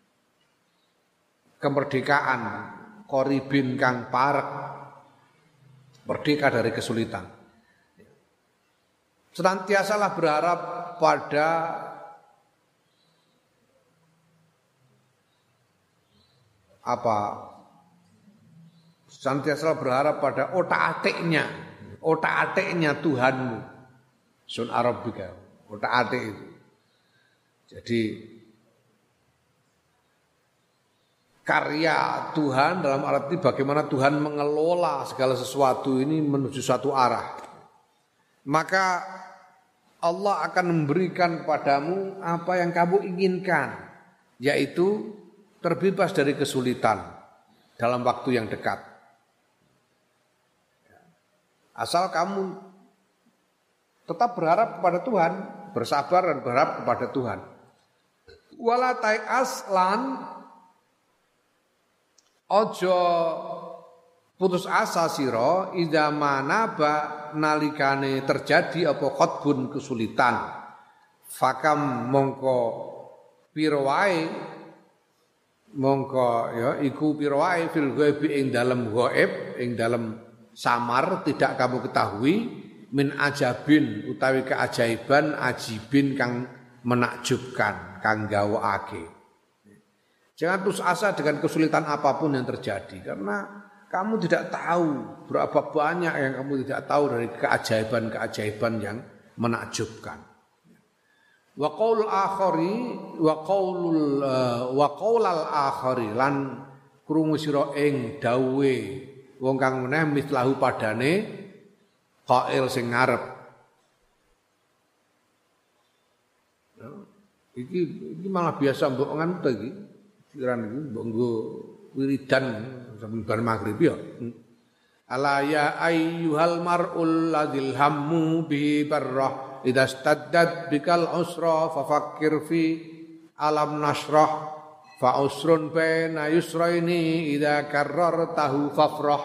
kemerdekaan qoribin kang parek merdeka dari kesulitan. Senantiasalah berharap pada apa? Senantiasalah berharap pada otak-atiknya, otak-atiknya Tuhanmu. Sun Arabbika, otak-atik itu. Jadi karya Tuhan dalam arti bagaimana Tuhan mengelola segala sesuatu ini menuju suatu arah. Maka Allah akan memberikan kepadamu apa yang kamu inginkan, yaitu terbebas dari kesulitan dalam waktu yang dekat. Asal kamu tetap berharap kepada Tuhan, bersabar dan berharap kepada Tuhan. Wala tai'as lan ojo putus asa sira idza manaba nalikane terjadi apa khotbun kesulitan. Fakam mongko pira wae mongko ya iku pira wae fil ghaibi ing dalem ghaib ing dalem samar tidak kamu ketahui min ajabin utawi keajaiban ajibin kang menakjubkan kang gawake. Jangan putus asa dengan kesulitan apapun yang terjadi karena kamu tidak tahu berapa banyak yang kamu tidak tahu dari keajaiban-keajaiban yang menakjubkan. Wa qaulul akhari wa qaulul uh, wa qaulal akhari lan krungu sira ing dawuhe wong kang meneh mislahu padane qail sing ngarep. Iki iki malah biasa mbok nganut iki. Pikiran iki mbok nggo wiridan sambil bar magrib ya. Ala ya ayyuhal mar'ul ladzil hammu bi barrah idza staddat bikal usra fafakkir fi alam nasrah fa usrun baina yusraini idza karrartahu fafrah.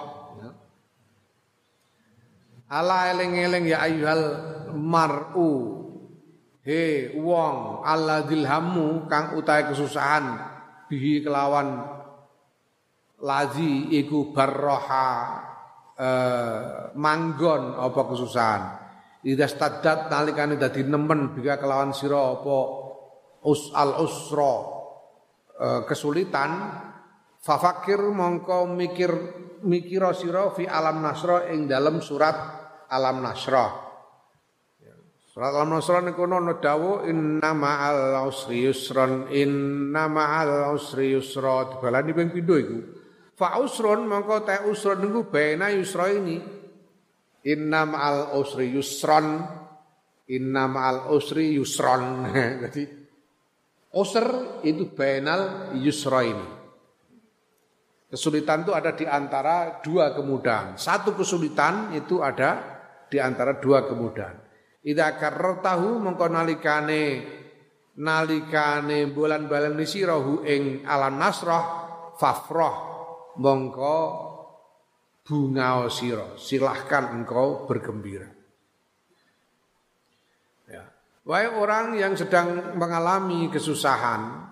Ala eling-eling ya ayyuhal mar'u he wong alladzil hammu kang utahe kesusahan bihi kelawan lazi iku barroha eh, manggon apa kesusahan idza staddat nalikane dadi nemen bika kelawan sira apa us al usra eh, kesulitan fafakir mongko mikir mikira sira fi alam nasra ing dalam surat alam nasra. Surat alam nasra niku ana dawuh inna ma'al usri yusran inna ma'al usri yusra dibalani ping pindho iku. Fa usrun mongko ta usrun niku baina yusra ini. Inna ma'al usri yusran inna ma'al usri yusran. Jadi usr itu bainal yusra ini. Kesulitan itu ada di antara dua kemudahan. Satu kesulitan itu ada di antara dua kemudahan. Idza karratahu mongko nalikane nalikane bulan baleni sirahu ing alam nasrah fafrah mongko bungao sira silahkan engkau bergembira. Ya. Wahai orang yang sedang mengalami kesusahan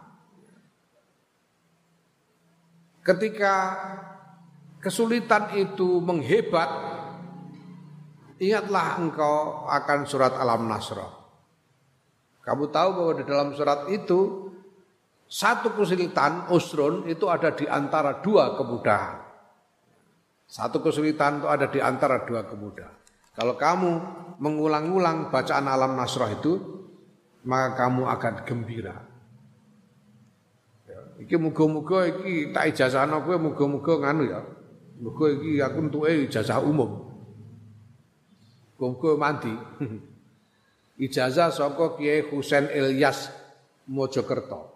ketika kesulitan itu menghebat ingatlah engkau akan surat Alam Nasrah. Kamu tahu bahwa di dalam surat itu satu kesulitan usrun itu ada di antara dua kemudahan. Satu kesulitan itu ada di antara dua kemudahan. Kalau kamu mengulang-ulang bacaan Alam Nasrah itu, maka kamu akan gembira. Ya, iki muga-muga iki tak ijazahno kowe muga-muga nganu ya. Muga iki aku entuke ijazah umum. Muga mandi. Ijazah saka Kiai Husain Ilyas Mojokerto.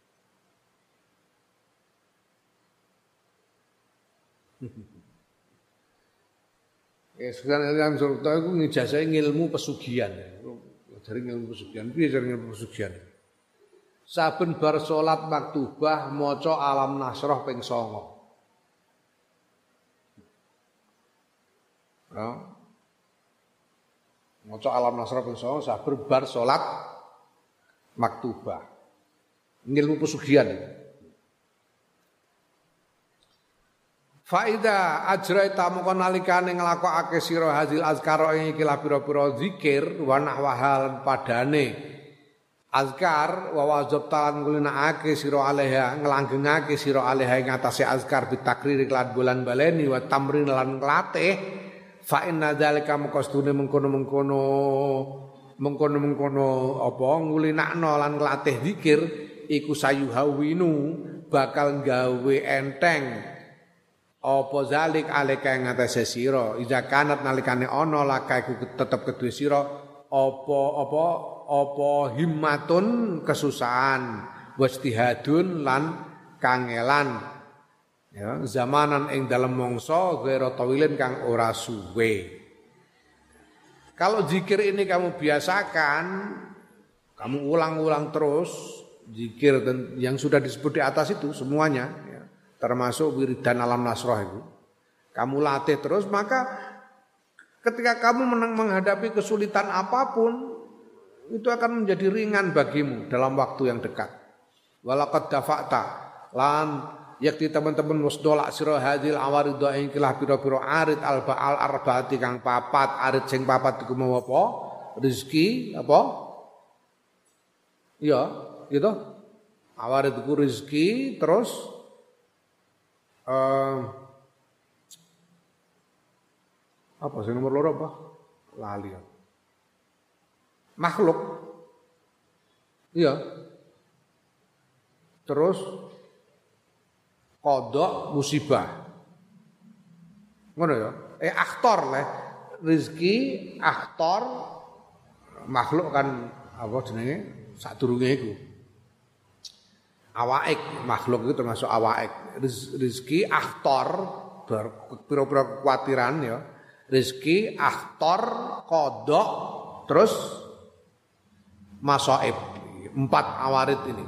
Eh Husain Ilyas Mojokerto iku ngijazahi ilmu pesugihan. Dari ilmu pesugihan, piye dari ilmu pesugihan? Saben bar salat maktubah maca Alam Nasrah ping songo. Ya. Maca Alam Nasrah ping songo saben bar salat maktubah. Ilmu pesugihan iki. Faida ajraita mongko nalikane nglakokake sira hadil azkar ing iki pira-pira zikir wa nahwahal padane azkar wa wajabtan nglinakake sira alaiha nglanggengake sira alaiha ing atase azkar bitakrir lan bulan baleni wa tamrin lan nglatih fa inna dzalika maqastune mengkono-mengkono mengkono-mengkono apa ngulinakno lan nglatih zikir iku sayuhawinu bakal gawe enteng apa zalik alika ing atase sira iza kanat nalikane ana laka iku tetep kedue sira apa apa apa himmatun kesusahan wastihadun lan kangelan ya zamanan ing dalem mangsa ghairu tawilin kang ora suwe Kalau zikir ini kamu biasakan, kamu ulang-ulang terus zikir yang sudah disebut di atas itu semuanya, ya, termasuk wiridan alam nasroh itu. Kamu latih terus, maka ketika kamu menghadapi kesulitan apapun, itu akan menjadi ringan bagimu dalam waktu yang dekat. Walaqad dafa'ta lan yakti teman-teman wis dolak sira hadil awaridha ing kilah pira-pira arid al-ba'al arbaati kang papat, arid sing papat iku mau apa? Rezeki apa? Iya, gitu. Awarid iku rezeki terus eh apa sih nomor loro apa? Lali. Makhluk. Iya. Terus kodok musibah. Ngono ya. Eh aktor lah. Rezeki aktor makhluk kan apa jenenge sadurunge iku. Awaik makhluk itu termasuk awaik. Rezeki aktor pira-pira kekhawatiran ya. Rezeki aktor kodok terus masaib. Empat awarid ini.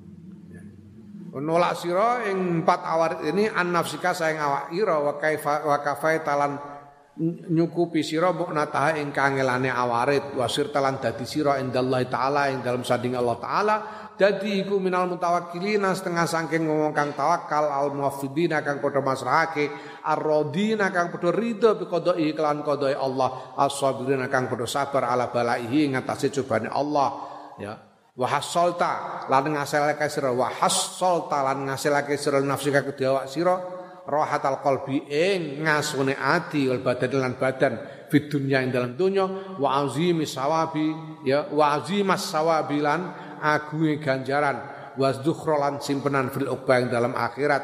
Nolak sira ing empat awarid ini an nafsika saing awak ira wa kaifa wa kafai talan nyukupi sira muknataha ing kangelane awarid wasir talan dadi sira indallahi taala ing dalam sanding Allah taala dadi iku minal mutawakkilina setengah saking ngomong kang tawakal al muwaffidina kang padha masrahake ar-radina kang padha ridho bi qada'i kelan qada'i Allah as-sabirina kang padha sabar ala balaihi ngatasi cobane Allah ya. Wa hasolta lan ngasilake sira wa hasolta lan ngasilake sira nafsika kedhe awak sira rahatal qalbi ing ngasune ati wal badan lan badan fid dunya ing dalam dunya wa azimis sawabi ya wa azimas sawabi lan agunge ganjaran wa dzukhra lan simpenan fil uqba ing dalam akhirat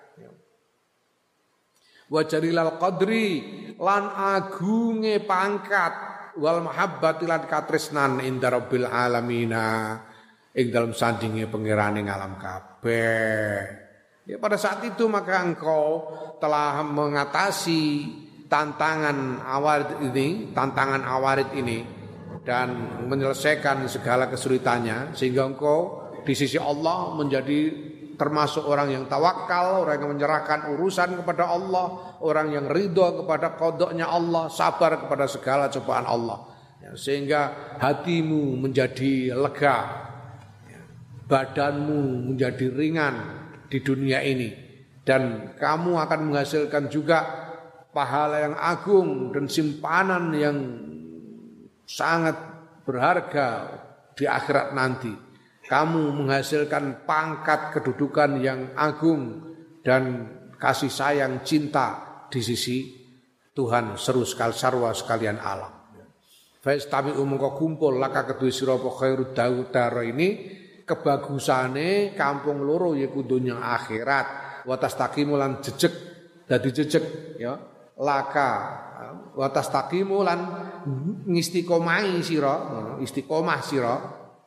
wa jarilal qadri lan agunge pangkat wal mahabbati lan katresnan inda rabbil alamina ing dalam sandinge pangerane ngalam kabeh. Ya pada saat itu maka engkau telah mengatasi tantangan awarid ini, tantangan awarid ini dan menyelesaikan segala kesulitannya sehingga engkau di sisi Allah menjadi termasuk orang yang tawakal, orang yang menyerahkan urusan kepada Allah, orang yang ridho kepada qadanya Allah, sabar kepada segala cobaan Allah. Ya, sehingga hatimu menjadi lega, ya, badanmu menjadi ringan di dunia ini, dan kamu akan menghasilkan juga pahala yang agung dan simpanan yang sangat berharga di akhirat nanti. Kamu menghasilkan pangkat kedudukan yang agung dan kasih sayang cinta di sisi Tuhan seru sekal sarwa sekalian alam. Fastami umangka kumpul laka kedue sira apa khairud daudaro ini kebagusane kampung loro yaiku donya akhirat wa tastaqimu lan jejeg dadi jejeg ya laka wa tastaqimu lan ngistiqomahi sira istiqomah sira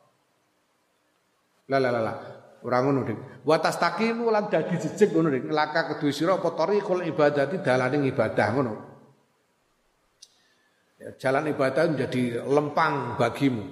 la la la ora ngono Dik wa tastaqimu lan dadi jejeg ngono Dik laka kedue sira apa thariqul ibadati dalane ibadah ngono ya, jalan ibadah menjadi lempang bagimu.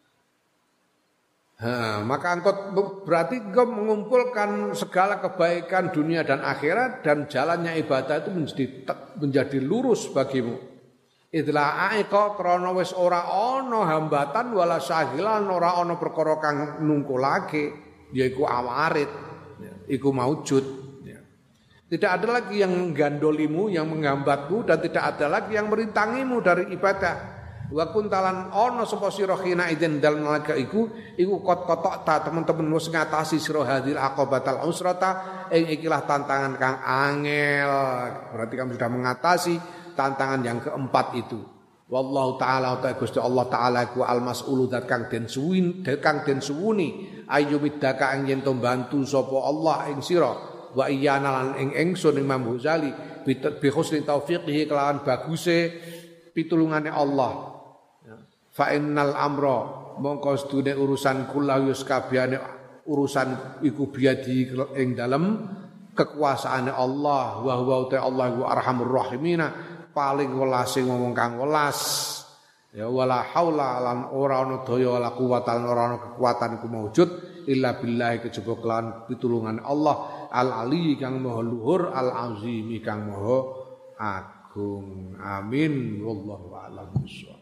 Ha, maka engkau berarti engkau mengumpulkan segala kebaikan dunia dan akhirat dan jalannya ibadah itu menjadi menjadi lurus bagimu. Idla aika krana wis ora ana hambatan wala sahilan ora ana perkara kang nungkulake yaiku awarid iku maujud ya. Tidak ada lagi yang menggandolimu yang menghambatmu dan tidak ada lagi yang merintangimu dari ibadah. Wa kuntalan ana sapa sira khina idzin dalem nalika iku iku kot-kotok ta teman-teman wis ngatasi sira hadil aqabatal usrata ing ikilah tantangan kang angel. Berarti kamu sudah mengatasi tantangan yang keempat itu. Wallahu taala ta Gusti Allah taala iku al-mas'ulu dat kang den suwin kang den suwuni ayyumidaka ing yen to bantu sapa Allah ing sira wa iyana lan ing ingsun Imam Ghazali bi husni taufiqihi kelawan baguse pitulungane Allah. Fa innal amra mongko sedune urusan kula yus kabehane urusan iku biadi ing dalem kekuasaane Allah wa huwa ta Allah wa arhamur rahimina paling welase ngomong kang welas Ya wala haula lan ora ana daya wala quwata lan ora ana kekuatan iku maujud illa billahi kejaba kelawan pitulungan Allah al ali kang maha luhur al azim kang maha agung. Amin wallahu a'lam.